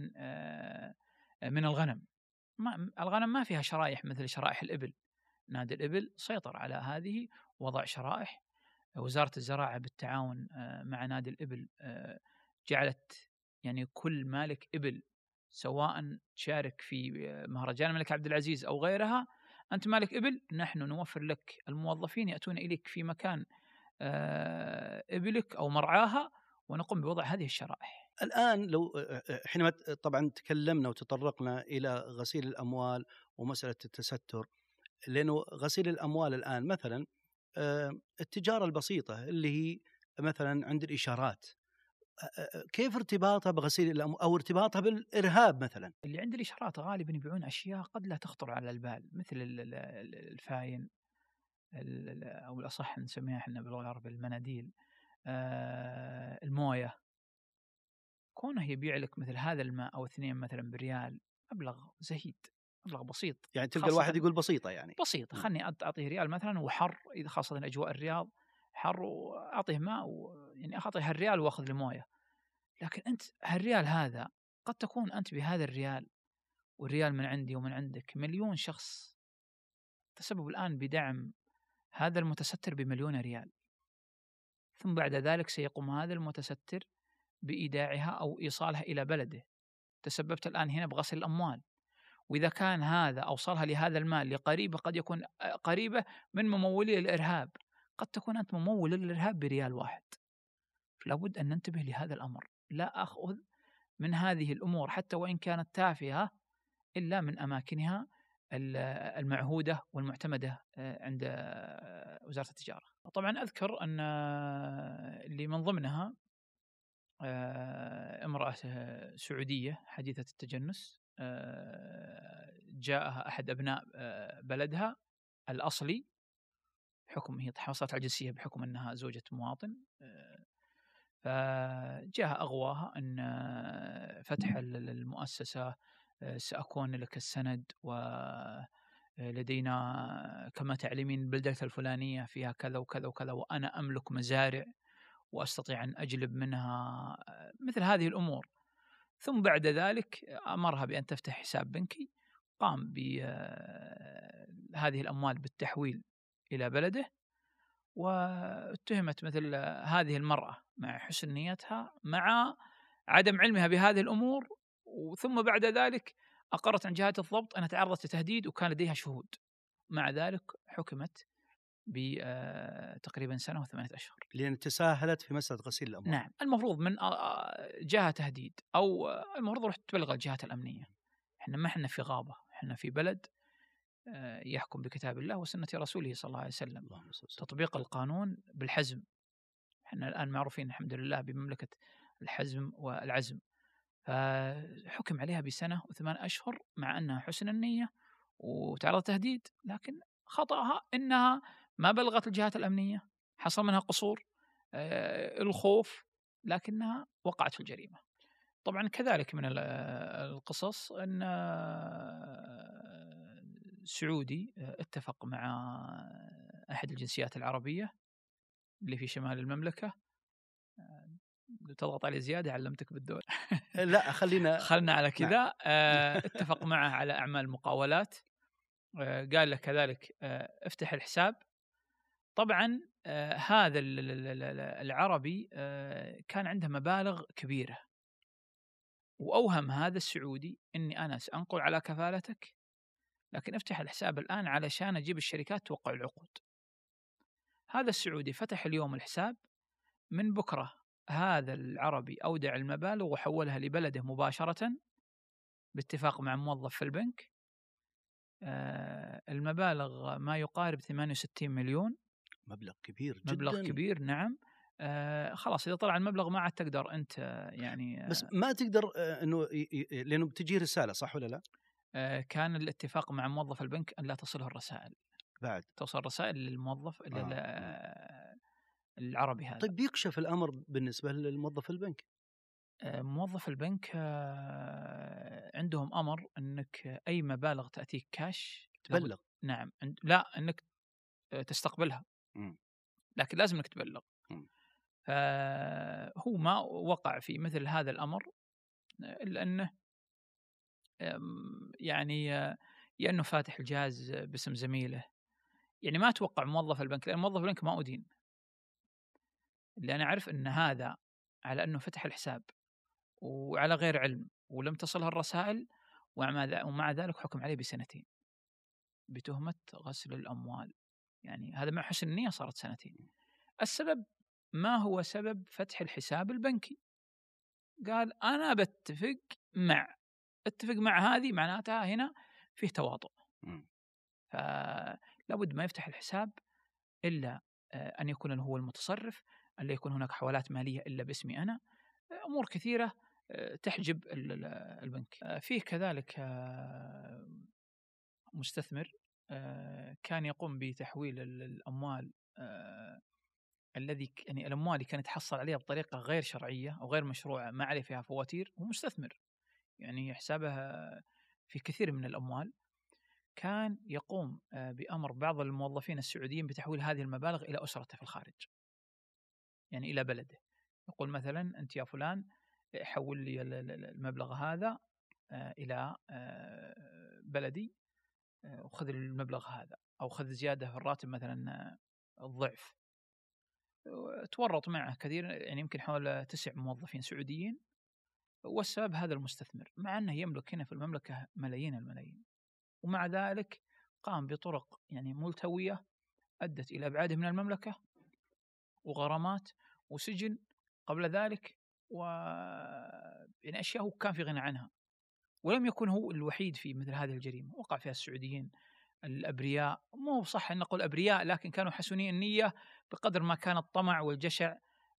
من الغنم. الغنم ما فيها شرائح مثل شرائح الإبل. نادي الإبل سيطر على هذه، وضع شرائح. وزارة الزراعة بالتعاون مع نادي الإبل جعلت يعني كل مالك إبل، سواء تشارك في مهرجان الملك عبد العزيز أو غيرها، أنت مالك إبل، نحن نوفر لك الموظفين يأتون إليك في مكان إبلك أو مرعاها، ونقوم بوضع هذه الشرائح. الآن لو حينما طبعا تكلمنا وتطرقنا إلى غسيل الأموال ومسألة التستر، لأنه غسيل الأموال الآن مثلا التجارة البسيطة اللي هي مثلا عند الإشارات، كيف ارتباطها بغسيل الأموال أو ارتباطها بالإرهاب مثلا؟ اللي عند الإشارات غالبا يبيعون أشياء قد لا تخطر على البال، مثل الفاين، أو الأصح نسميها احنا باللغة العربية المناديل، الموية. كونه يبيع لك مثل هذا الماء أو 2 مثلا بريال، مبلغ زهيد، مبلغ بسيط. يعني تلقى الواحد يقول بسيطة، يعني بسيطة، خلني أعطيه ريال مثلا وحر، إذا خاصة أجواء الرياض حر، وأعطيه ماء يعني أعطيه هالريال وأخذ الموية. لكن أنت هالريال هذا قد تكون أنت بهذا الريال، والريال من عندي ومن عندك 1,000,000 شخص تسبب الآن بدعم هذا المتستر ب1,000,000 ريال، ثم بعد ذلك سيقوم هذا المتستر بإيداعها أو إيصالها إلى بلده. تسببت الآن هنا بغسل الأموال. وإذا كان هذا أوصلها لهذا المال لقريبة، قد يكون قريبة من ممولي الإرهاب، قد تكون أنت ممول للإرهاب بريال واحد. لابد أن ننتبه لهذا الأمر، لا أخذ من هذه الأمور حتى وإن كانت تافهة إلا من أماكنها المعهودة والمعتمدة عند وزارة التجارة. طبعا أذكر أن اللي من ضمنها امرأة سعودية حديثة التجنس، جاءها أحد أبناء بلدها الأصلي، بحكم هي حصلت على الجنسية بحكم أنها زوجة مواطن، فجاء أغواها أن فتح المؤسسة سأكون لك السند لدينا كما تعلمين البلدة الفلانية فيها كذا وكذا وكذا، وأنا أملك مزارع وأستطيع أن أجلب منها مثل هذه الأمور. ثم بعد ذلك أمرها بأن تفتح حساب بنكي، قام بهذه الأموال بالتحويل إلى بلده، واتهمت مثل هذه المرأة مع حسن نيتها مع عدم علمها بهذه الأمور. ثم بعد ذلك أقرت عن جهات الضبط أنها تعرضت لتهديد وكان لديها شهود، مع ذلك حكمت بتقريبا 1 و8 أشهر، لأن تساهلت في مسألة غسيل الأموال. نعم، المفروض من جاء تهديد أو المفروض رح تبلغ الجهات الأمنية. إحنا ما إحنا في غابة، إحنا في بلد يحكم بكتاب الله وسنة رسوله صلى الله عليه وسلم، تطبيق القانون بالحزم. إحنا الآن معروفين الحمد لله بمملكة الحزم والعزم. فحكم عليها ب1 و8 أشهر مع أنها حسن النية وتعرض تهديد، لكن خطأها إنها ما بلغت الجهات الأمنية، حصل منها قصور، الخوف، لكنها وقعت في الجريمة. طبعا كذلك من القصص أن سعودي اتفق مع أحد الجنسيات العربية اللي في شمال المملكة. تضغط عليه زيادة علمتك بالدور. لا خلينا على كذا. اتفق معه على أعمال مقاولات. قال له كذلك افتح الحساب. طبعا هذا العربي كان عنده مبالغ كبيرة، وأوهم هذا السعودي إني أنا سأنقل على كفالتك، لكن افتح الحساب الآن علشان أجيب الشركات توقع العقود. هذا السعودي فتح اليوم الحساب، من بكرة هذا العربي أودع المبالغ وحولها لبلده مباشرة باتفاق مع موظف في البنك. المبالغ ما يقارب 68 مليون. مبلغ كبير جدا. مبلغ كبير، نعم. خلاص إذا طلع المبلغ ما عاد تقدر أنت يعني بس ما تقدر إنه لأنه بتجي رسالة، صح ولا لا؟ كان الاتفاق مع موظف البنك أن لا تصله الرسائل، بعد توصل رسائل للموظف العربي هذا. طيب يكشف الأمر بالنسبة للموظف البنك؟ موظف البنك عندهم أمر أنك أي مبالغ تأتيك كاش تبلغ. نعم، لا أنك تستقبلها، لكن لازم أنك تبلغ. فهو ما وقع في مثل هذا الأمر إلا أنه يعني يا أنه فاتح الجهاز باسم زميله. يعني ما أتوقع موظف البنك، لأن موظف البنك ما أدين، اللي أنا أعرف أن هذا على أنه فتح الحساب وعلى غير علم ولم تصلها الرسائل، ومع ذلك حكم عليه ب2 بتهمة غسل الأموال. يعني هذا مع حسن النية صارت 2. السبب ما هو سبب فتح الحساب البنكي؟ قال أنا اتفق مع هذه، معناتها هنا فيه تواطؤ. فلابد ما يفتح الحساب إلا أن يكون هو المتصرف، ألا يكون هناك حوالات مالية إلا باسمي أنا، أمور كثيرة تحجب البنك. فيه كذلك مستثمر كان يقوم بتحويل الأموال الذي يعني الأموال اللي كانت تحصل عليها بطريقة غير شرعية أو غير مشروعة، ما عليه فيها فواتير. هو مستثمر يعني حسابه في كثير من الأموال. كان يقوم بأمر بعض الموظفين السعوديين بتحويل هذه المبالغ إلى أسرته في الخارج، يعني إلى بلده. يقول مثلا أنت يا فلان حول لي المبلغ هذا إلى بلدي وخذ المبلغ هذا، أو خذ زيادة في الراتب مثلا الضعف. تورط معه كثير، يعني يمكن حول 9 موظفين سعوديين، والسبب هذا المستثمر، مع أنه يملك هنا في المملكة ملايين الملايين، ومع ذلك قام بطرق يعني ملتوية أدت إلى إبعاده من المملكة وغرامات وسجن قبل ذلك، يعني أشياء هو كان في غنى عنها. ولم يكن هو الوحيد في مثل هذه الجريمة، وقع فيها السعوديين الأبرياء. مو صح أن نقول أبرياء، لكن كانوا حسني النية بقدر ما كان الطمع والجشع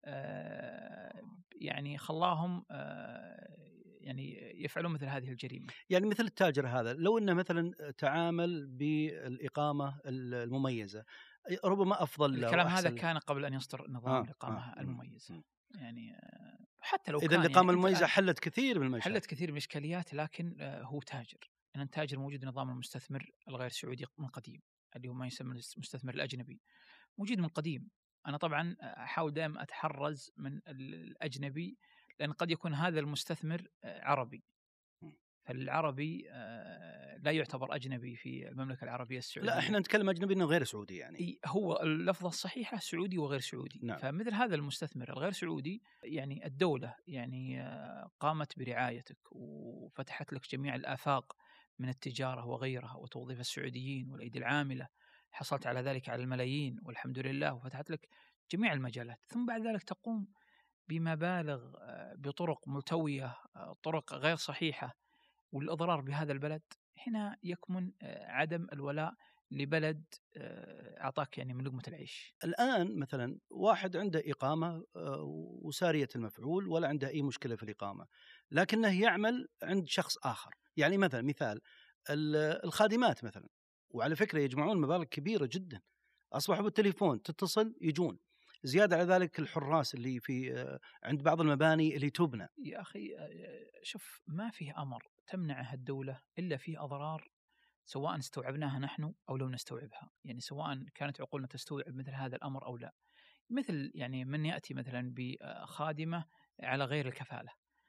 يعني خلاهم يعني يفعلون مثل هذه الجريمة. يعني مثل التاجر هذا لو أنه مثلا تعامل بالإقامة المميزة ربما أفضل. الكلام هذا كان قبل أن يصدر نظام الإقامة المميزة. يعني حتى لو إذا كان الإقامة يعني المميزة حلت كثير من المشاكل، حلت كثير من الإشكاليات، لكن هو تاجر أن التاجر موجود نظام المستثمر الغير سعودي من قديم، اللي هو ما يسمى المستثمر الأجنبي، موجود من قديم. أنا طبعا أحاول دائما أتحرز من الأجنبي، لأن قد يكون هذا المستثمر عربي، فالعربي لا يعتبر أجنبي في المملكة العربية السعودية. لا، احنا نتكلم أجنبي إنه غير سعودي يعني. هو اللفظة الصحيحة سعودي وغير سعودي. نعم. فمثل هذا المستثمر الغير سعودي يعني الدولة يعني قامت برعايتك وفتحت لك جميع الآفاق من التجارة وغيرها وتوظيف السعوديين والأيدي العاملة، حصلت على ذلك على الملايين والحمد لله، وفتحت لك جميع المجالات، ثم بعد ذلك تقوم بمبالغ بطرق ملتوية، طرق غير صحيحة، والإضرار بهذا البلد. هنا يكمن عدم الولاء لبلد أعطاك يعني من لقمة العيش. الآن مثلا واحد عنده إقامة وسارية المفعول ولا عنده أي مشكلة في الإقامة، لكنه يعمل عند شخص آخر. يعني مثلا مثال الخادمات مثلا، وعلى فكرة يجمعون مبالغ كبيرة جدا، أصبحوا بالتليفون تتصل يجون. زيادة على ذلك الحراس اللي في عند بعض المباني اللي تبنى. يا أخي شوف، ما فيه أمر تمنعه الدولة إلا فيه أضرار، سواء استوعبناها نحن أو لو نستوعبها، يعني سواء كانت عقولنا تستوعب مثل هذا الأمر أو لا. مثل يعني من يأتي مثلا بخادمة على غير الكفالة،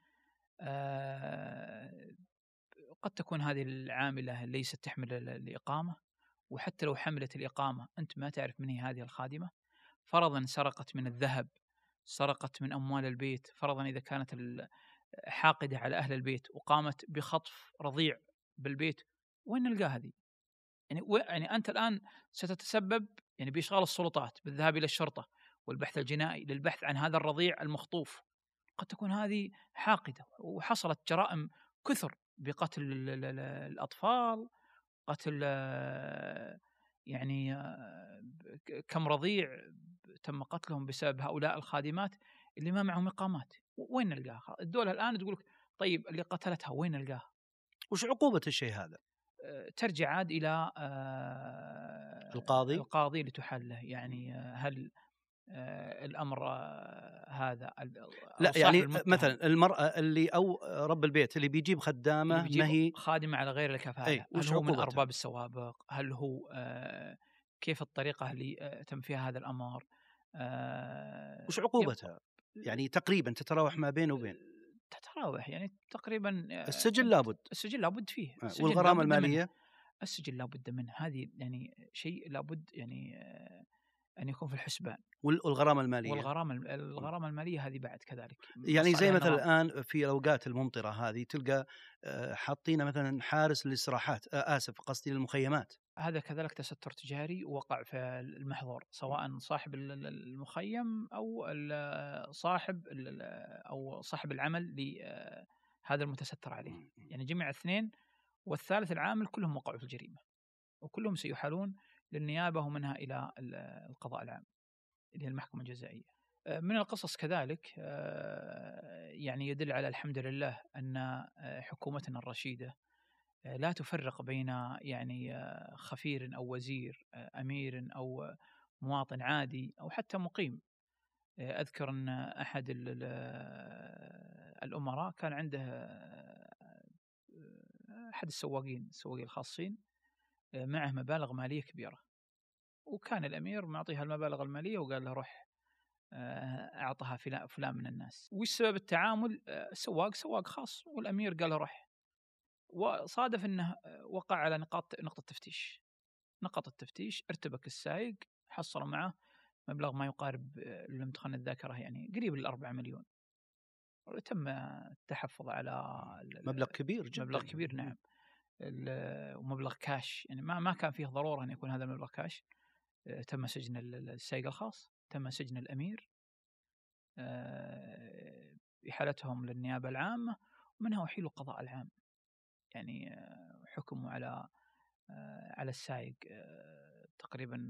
قد تكون هذه العاملة ليست تحمل الإقامة، وحتى لو حملت الإقامة أنت ما تعرف من هي هذه الخادمة. فرضا سرقت من الذهب، سرقت من أموال البيت، فرضا إذا كانت حاقدة على أهل البيت وقامت بخطف رضيع بالبيت، وين نلقى هذه؟ يعني أنت الآن ستتسبب يعني بإشغال السلطات بالذهاب إلى الشرطة والبحث الجنائي للبحث عن هذا الرضيع المخطوف. قد تكون هذه حاقدة، وحصلت جرائم كثر بقتل الأطفال، قتل يعني كم رضيع تم قتلهم بسبب هؤلاء الخادمات اللي ما معهم إقامات. وين نلقاها؟ الدولة الآن تقولك طيب اللي قتلتها وين نلقاها؟ وش عقوبة الشيء هذا؟ ترجع عاد إلى القاضي لتحله. يعني هل الأمر هذا لا يعني مثلا المرأة اللي أو رب البيت اللي بيجيب خدامة ما هي خادمة على غير الكفاءة، هل هو من أرباب السوابق؟ هل هو كيف الطريقة اللي تم فيها هذا الأمر؟ وش عقوبتها؟ يعني تقريبا تتراوح ما بين وبين؟ تتراوح يعني تقريبا السجن لابد. السجن لابد فيه. والغرامة المالية؟ السجن لابد منه، هذه يعني شيء لابد يعني أن يكون في الحسبان. والغرامة المالية؟ الغرامة المالية هذه بعد كذلك. يعني زي مثلا الآن في الأوقات الممطرة هذه تلقى حاطين مثلا حارس للاستراحات، قصدي للمخيمات. هذا كذلك تستر تجاري وقع في المحظور، سواء صاحب المخيم أو صاحب العمل لهذا المتستر عليه، يعني جميع الاثنين. والثالث العامل كلهم وقعوا في الجريمة، وكلهم سيحالون للنيابة ومنها إلى القضاء العام اللي هي المحكمة الجزائية. من القصص كذلك يعني يدل على الحمد لله أن حكومتنا الرشيدة لا تفرق بين يعني خفير أو وزير، أمير أو مواطن عادي أو حتى مقيم. أذكر أن أحد الأمراء كان عنده أحد السواقين الخاصين معه مبالغ مالية كبيرة، وكان الأمير معطيها المبالغ المالية وقال له روح أعطها فلان من الناس. وش سبب التعامل؟ سواق خاص، والأمير قال له روح. وصادف أنه وقع على نقطة تفتيش. نقط التفتيش ارتبك السائق، حصلوا معه مبلغ ما يقارب لم تخن الذاكرة يعني قريب ل4 مليون. تم التحفظ على مبلغ كبير جدا. مبلغ كبير نعم. ومبلغ كاش، يعني ما كان فيه ضرورة أن يكون هذا المبلغ كاش. تم سجن السائق الخاص، تم سجن الأمير، إحالتهم للنيابة العامة، ومنها أحيلوا القضاء العام. يعني حكموا على السائق تقريبا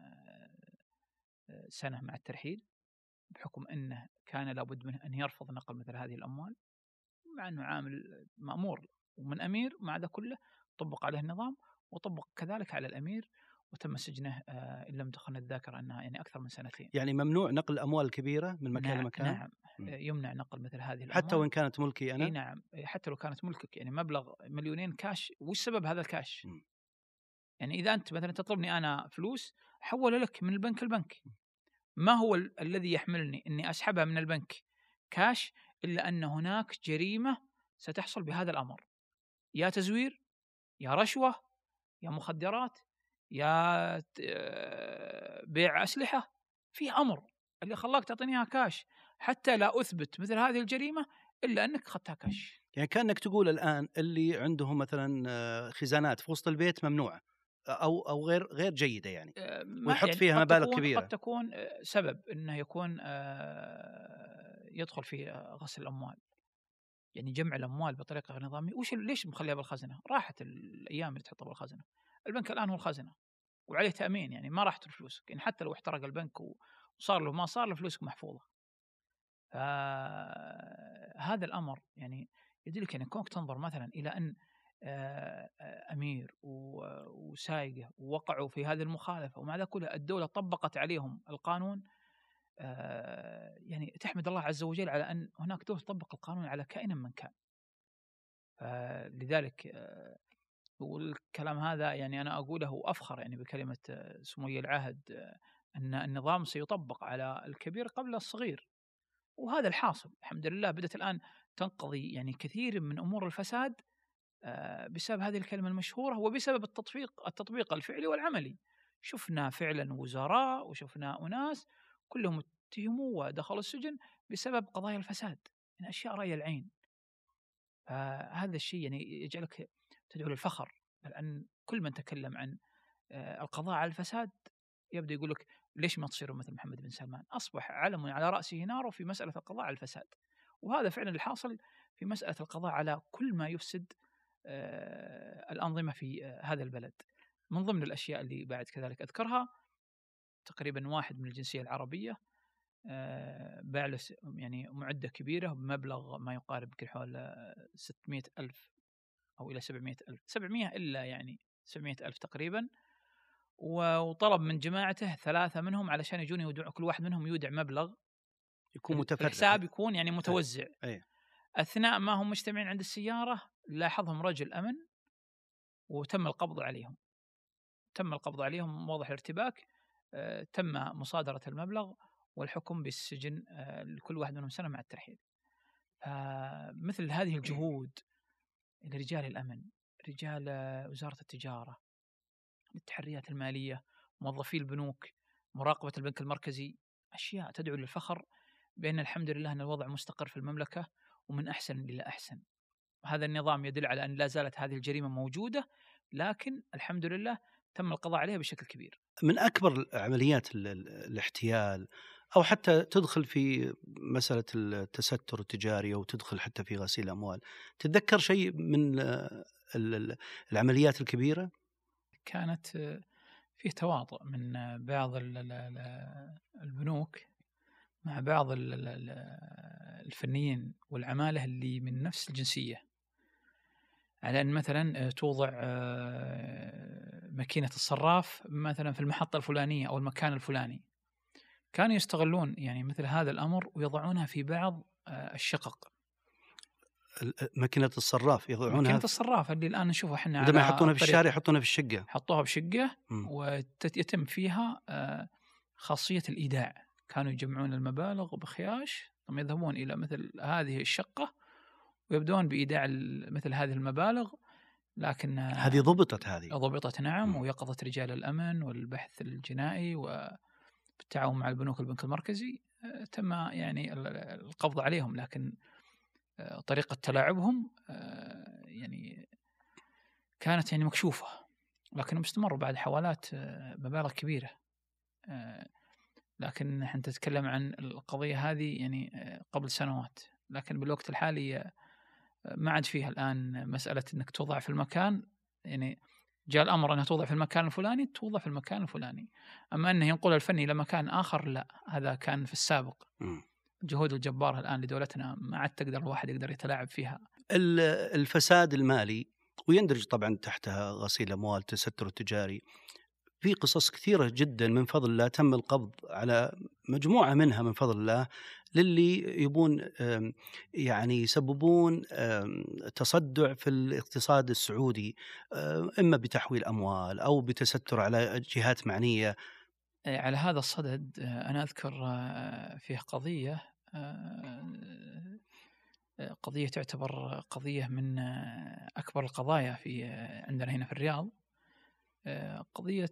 سنة مع الترحيل، بحكم أنه كان لابد منه أن يرفض نقل مثل هذه الأموال، مع أنه عامل مأمور ومن أمير. مع ذا كله طبق عليه النظام، وطبق كذلك على الأمير، وتم سجنه إن لم تخن الذاكرة أنها يعني أكثر من 2 سنين. يعني ممنوع نقل الأموال الكبيرة من مكان لمكان؟ نعم يمنع نقل مثل هذه الأموال حتى وإن كانت ملكي أنا؟ نعم، حتى لو كانت ملكك، يعني مبلغ 2,000,000 كاش. وش سبب هذا الكاش؟ يعني إذا أنت مثلا تطلبني أنا فلوس أحول لك من البنك البنك، ما هو الذي يحملني أني أسحبها من البنك كاش إلا أن هناك جريمة ستحصل بهذا الأمر، يا تزوير، يا رشوة، يا مخدرات، يا بيع أسلحة. في أمر اللي خلاك تعطيني إياها كاش حتى لا أثبت مثل هذه الجريمة إلا أنك أخذتها كاش. يعني كأنك تقول الآن اللي عندهم مثلا خزانات في وسط البيت ممنوعة أو غير جيدة يعني، ويحط يعني فيها مبالغ كبيرة، قد تكون سبب أنه يكون يدخل في غسل الأموال، يعني جمع الأموال بطريقة غير نظامية. ليش مخليها بالخزنة؟ راحت الأيام اللي تحطها بالخزنة. البنك الآن هو الخزنة وعليه تأمين، يعني ما راح تروح فلوسك، يعني حتى لو احترق البنك وصار له ما صار له فلوسك محفوظة. هذا الأمر يعني يدلك يعني كونك تنظر مثلا إلى أن أمير وسايقة وقعوا في هذه المخالفة ومع ذلك كلها الدولة طبقت عليهم القانون. يعني تحمد الله عز وجل على أن هناك دولة تطبق القانون على كائن من كان. لذلك والكلام هذا يعني أنا أقوله أفخر يعني بكلمة سمو العهد أن النظام سيطبق على الكبير قبل الصغير، وهذا الحاصل الحمد لله. بدأت الآن تنقضي يعني كثير من أمور الفساد بسبب هذه الكلمة المشهورة وبسبب التطبيق الفعلي والعملي. شفنا فعلا وزراء وشفنا أناس كلهم اتهموا ودخلوا السجن بسبب قضايا الفساد، يعني أشياء رأي العين. هذا الشيء يعني يجعلك تدعو للفخر، لأن كل من تكلم عن القضاء على الفساد يبدأ يقول لك ليش ما تصيروا مثل محمد بن سلمان؟ أصبح علم على رأسه نار في مسألة القضاء على الفساد، وهذا فعلا الحاصل في مسألة القضاء على كل ما يفسد الأنظمة في هذا البلد. من ضمن الأشياء اللي بعد كذلك أذكرها تقريبا واحد من الجنسية العربية باع له يعني معدة كبيرة بمبلغ ما يقارب حول 600,000 أو إلى 700,000، 700 إلا يعني 700,000 تقريبا. وطلب من جماعته 3 منهم علشان يجون يودعوا، كل واحد منهم يودع مبلغ يكون متفرق، الحساب يكون يعني متوزع. أي. أثناء ما هم مجتمعين عند السيارة لاحظهم رجل أمن وتم القبض عليهم، واضح الارتباك. تم مصادرة المبلغ والحكم بالسجن لكل واحد منهم سنة مع الترحيل. مثل هذه الجهود لرجال الأمن، رجال وزارة التجارة، التحريات المالية، موظفي البنوك، مراقبة البنك المركزي، أشياء تدعو للفخر بأن الحمد لله أن الوضع مستقر في المملكة ومن أحسن إلى أحسن. هذا النظام يدل على أن لا زالت هذه الجريمة موجودة، لكن الحمد لله تم القضاء عليها بشكل كبير. من أكبر عمليات الاحتيال أو حتى تدخل في مسألة التستر التجاري أو تدخل حتى في غسيل الأموال، تتذكر شيء من العمليات الكبيرة؟ كانت فيه تواطؤ من بعض البنوك مع بعض الفنيين والعمالة اللي من نفس الجنسية، على أن مثلا توضع ماكينة الصراف مثلا في المحطة الفلانية أو المكان الفلاني. كانوا يستغلون يعني مثل هذا الأمر ويضعونها في بعض الشقق. ماكينة الصراف يضعونها، ماكينة الصراف اللي الآن نشوفها احنا عندما يحطونها في الشارع يحطونها في الشقة، حطوها بشقة ويتم فيها خاصية الإيداع. كانوا يجمعون المبالغ بخياش ثم يذهبون إلى مثل هذه الشقة ويبدون بإيداع مثل هذه المبالغ. لكن هذه ضبطت نعم، ويقظت رجال الأمن والبحث الجنائي وبالتعاون مع البنك المركزي تم يعني القبض عليهم. لكن طريقة تلاعبهم يعني كانت يعني مكشوفة، لكنهم استمروا بعد حوالات مبالغ كبيرة. لكن نحن نتكلم عن القضية هذه يعني قبل سنوات، لكن بالوقت الحالي ما عاد فيها الآن مسألة أنك توضع في المكان، يعني جاء الأمر أنها توضع في المكان الفلاني توضع في المكان الفلاني، أما أنه ينقل الفني إلى مكان آخر لا، هذا كان في السابق. جهود الجبارة الآن لدولتنا ما عاد تقدر الواحد يقدر يتلاعب فيها. الفساد المالي ويندرج طبعا تحتها غسيل أموال، تستر التجاري، في قصص كثيرة جدا من فضل الله تم القبض على مجموعة منها من فضل الله للي يبون يعني يسببون تصدع في الاقتصاد السعودي، إما بتحويل أموال أو بتستر على جهات معنية. على هذا الصدد أنا أذكر فيه قضية تعتبر قضية من أكبر القضايا في عندنا هنا في الرياض، قضية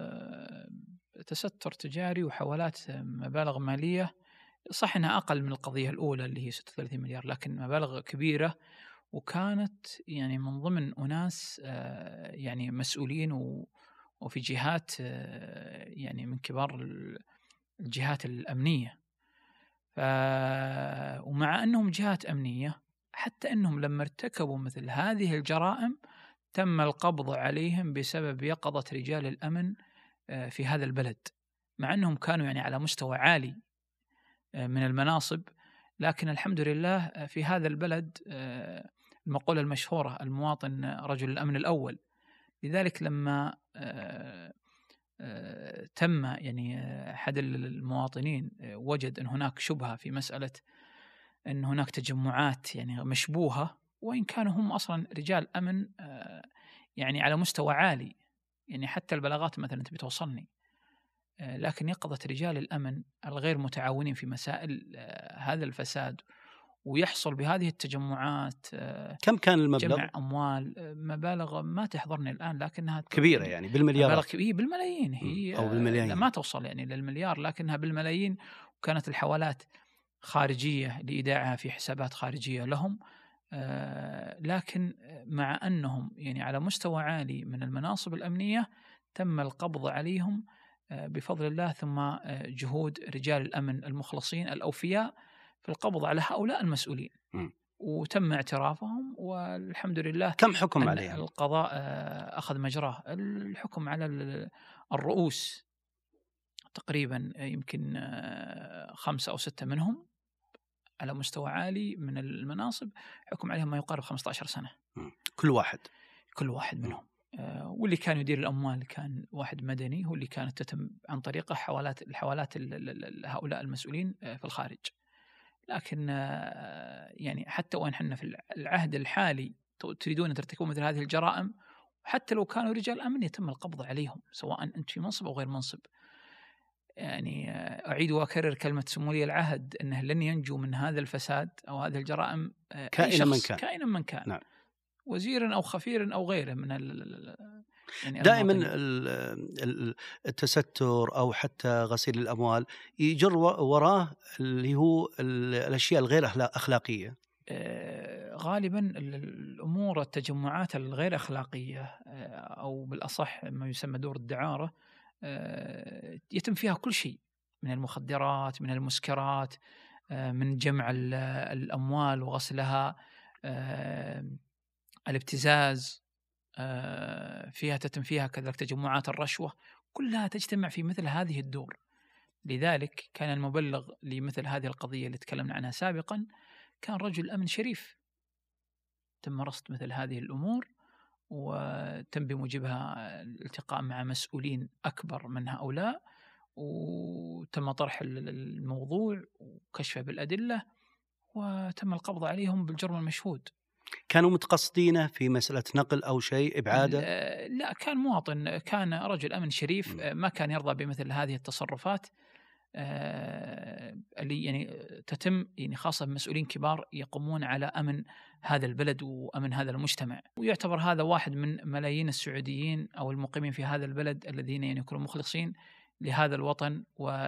تستر تجاري وحوالات مبالغ مالية. صح أنها أقل من القضية الأولى اللي هي 36 مليار، لكن مبالغ كبيرة، وكانت يعني من ضمن أناس يعني مسؤولين وفي جهات يعني من كبار الجهات الأمنية. ومع أنهم جهات أمنية، حتى أنهم لما ارتكبوا مثل هذه الجرائم تم القبض عليهم بسبب يقظة رجال الأمن في هذا البلد، مع أنهم كانوا يعني على مستوى عالي من المناصب. لكن الحمد لله في هذا البلد المقولة المشهورة: المواطن رجل الأمن الأول. لذلك لما تم يعني أحد المواطنين وجد أن هناك شبهة في مسألة أن هناك تجمعات يعني مشبوهة، وإن كانوا هم أصلا رجال أمن يعني على مستوى عالي، يعني حتى البلاغات مثلا تبي توصلني، لكن يقظة رجال الأمن الغير متعاونين في مسائل هذا الفساد ويحصل بهذه التجمعات. كم كان المبلغ؟ جمع أموال، مبالغ ما تحضرني الآن لكنها كبيرة، يعني بالمليارات. هي بالملايين، هي أو بالملايين، ما توصل يعني للمليار، لكنها بالملايين. وكانت الحوالات خارجية لإيداعها في حسابات خارجية لهم، لكن مع أنهم يعني على مستوى عالي من المناصب الأمنية تم القبض عليهم بفضل الله، ثم جهود رجال الأمن المخلصين الأوفياء في القبض على هؤلاء المسؤولين. وتم اعترافهم والحمد لله. كم حكم عليهم؟ القضاء أخذ مجراه. الحكم على الرؤوس تقريبا يمكن 5 أو 6 منهم على مستوى عالي من المناصب، حكم عليهم ما يقارب 15 سنة كل واحد منهم. واللي كان يدير الأموال كان واحد مدني، هو اللي كانت تتم عن طريقه الحوالات هؤلاء المسؤولين في الخارج. لكن يعني حتى وإن حنا في العهد الحالي تريدون أن ترتكبوا مثل هذه الجرائم، حتى لو كانوا رجال أمن يتم القبض عليهم سواء أنت في منصب أو غير منصب. يعني أعيد وأكرر كلمة سمو ولي العهد أنه لن ينجو من هذا الفساد أو هذه الجرائم كائنا من كان. نعم. وزير أو خفير أو غيره من يعني دائما التستر أو حتى غسيل الأموال يجر وراه اللي هو الأشياء الغير أخلاقية. غالبا الأمور التجمعات الغير أخلاقية أو بالأصح ما يسمى دور الدعارة يتم فيها كل شيء من المخدرات، من المسكرات، من جمع الأموال وغسلها، الابتزاز فيها تتم فيها كذلك تجمعات الرشوة، كلها تجتمع في مثل هذه الدور. لذلك كان المبلغ لمثل هذه القضية اللي تكلمنا عنها سابقا كان رجل أمن شريف، تم رصد مثل هذه الأمور وتم بموجبها الالتقاء مع مسؤولين أكبر من هؤلاء، وتم طرح الموضوع وكشفه بالأدلة، وتم القبض عليهم بالجرم المشهود. كانوا متقصدين في مسألة نقل أو شيء إبعاده؟ لا، كان مواطن، كان رجل أمن شريف ما كان يرضى بمثل هذه التصرفات اللي يعني تتم يعني خاصة بمسؤولين كبار يقومون على أمن هذا البلد وأمن هذا المجتمع. ويعتبر هذا واحد من ملايين السعوديين أو المقيمين في هذا البلد الذين يعني يكونوا مخلصين لهذا الوطن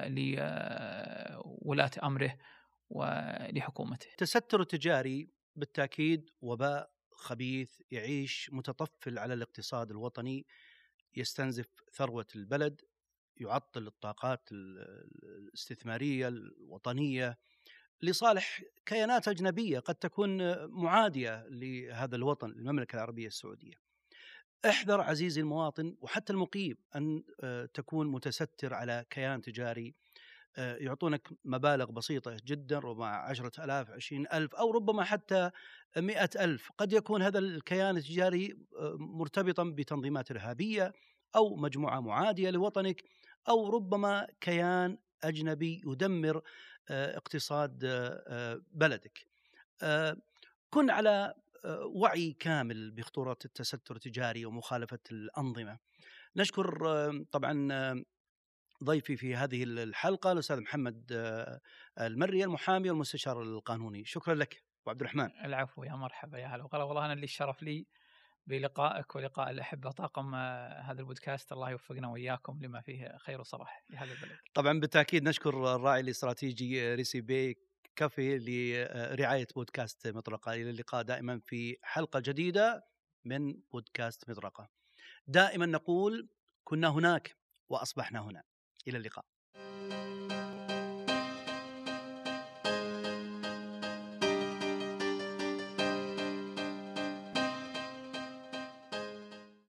ولولاة أمره ولحكومته. التستر التجاري بالتأكيد وباء خبيث يعيش متطفل على الاقتصاد الوطني، يستنزف ثروة البلد، يعطل الطاقات الاستثمارية الوطنية لصالح كيانات أجنبية قد تكون معادية لهذا الوطن، المملكة العربية السعودية. احذر عزيزي المواطن وحتى المقيم أن تكون متستر على كيان تجاري يعطونك مبالغ بسيطة جدا، ربما 10,000 20,000 أو ربما حتى 100,000. قد يكون هذا الكيان التجاري مرتبطا بتنظيمات إرهابية أو مجموعة معادية لوطنك، أو ربما كيان أجنبي يدمر اقتصاد بلدك. كن على وعي كامل بخطورة التستر التجاري ومخالفة الأنظمة. نشكر طبعا ضيفي في هذه الحلقة الأستاذ محمد المري، المحامي والمستشار القانوني. شكرا لك أبو عبد الرحمن. العفو، يا مرحبا، يا هلا وغلا. والله أنا اللي الشرف لي بلقائك ولقاء الأحبة طاقم هذا البودكاست. الله يوفقنا وإياكم لما فيه خير وصلاح لهذا البلد. طبعا بالتأكيد نشكر الراعي الاستراتيجي ريسيبي كافي لرعاية بودكاست مطرقة. إلى اللقاء دائما في حلقة جديدة من بودكاست مطرقة. دائما نقول كنا هناك وأصبحنا هنا. إلى اللقاء.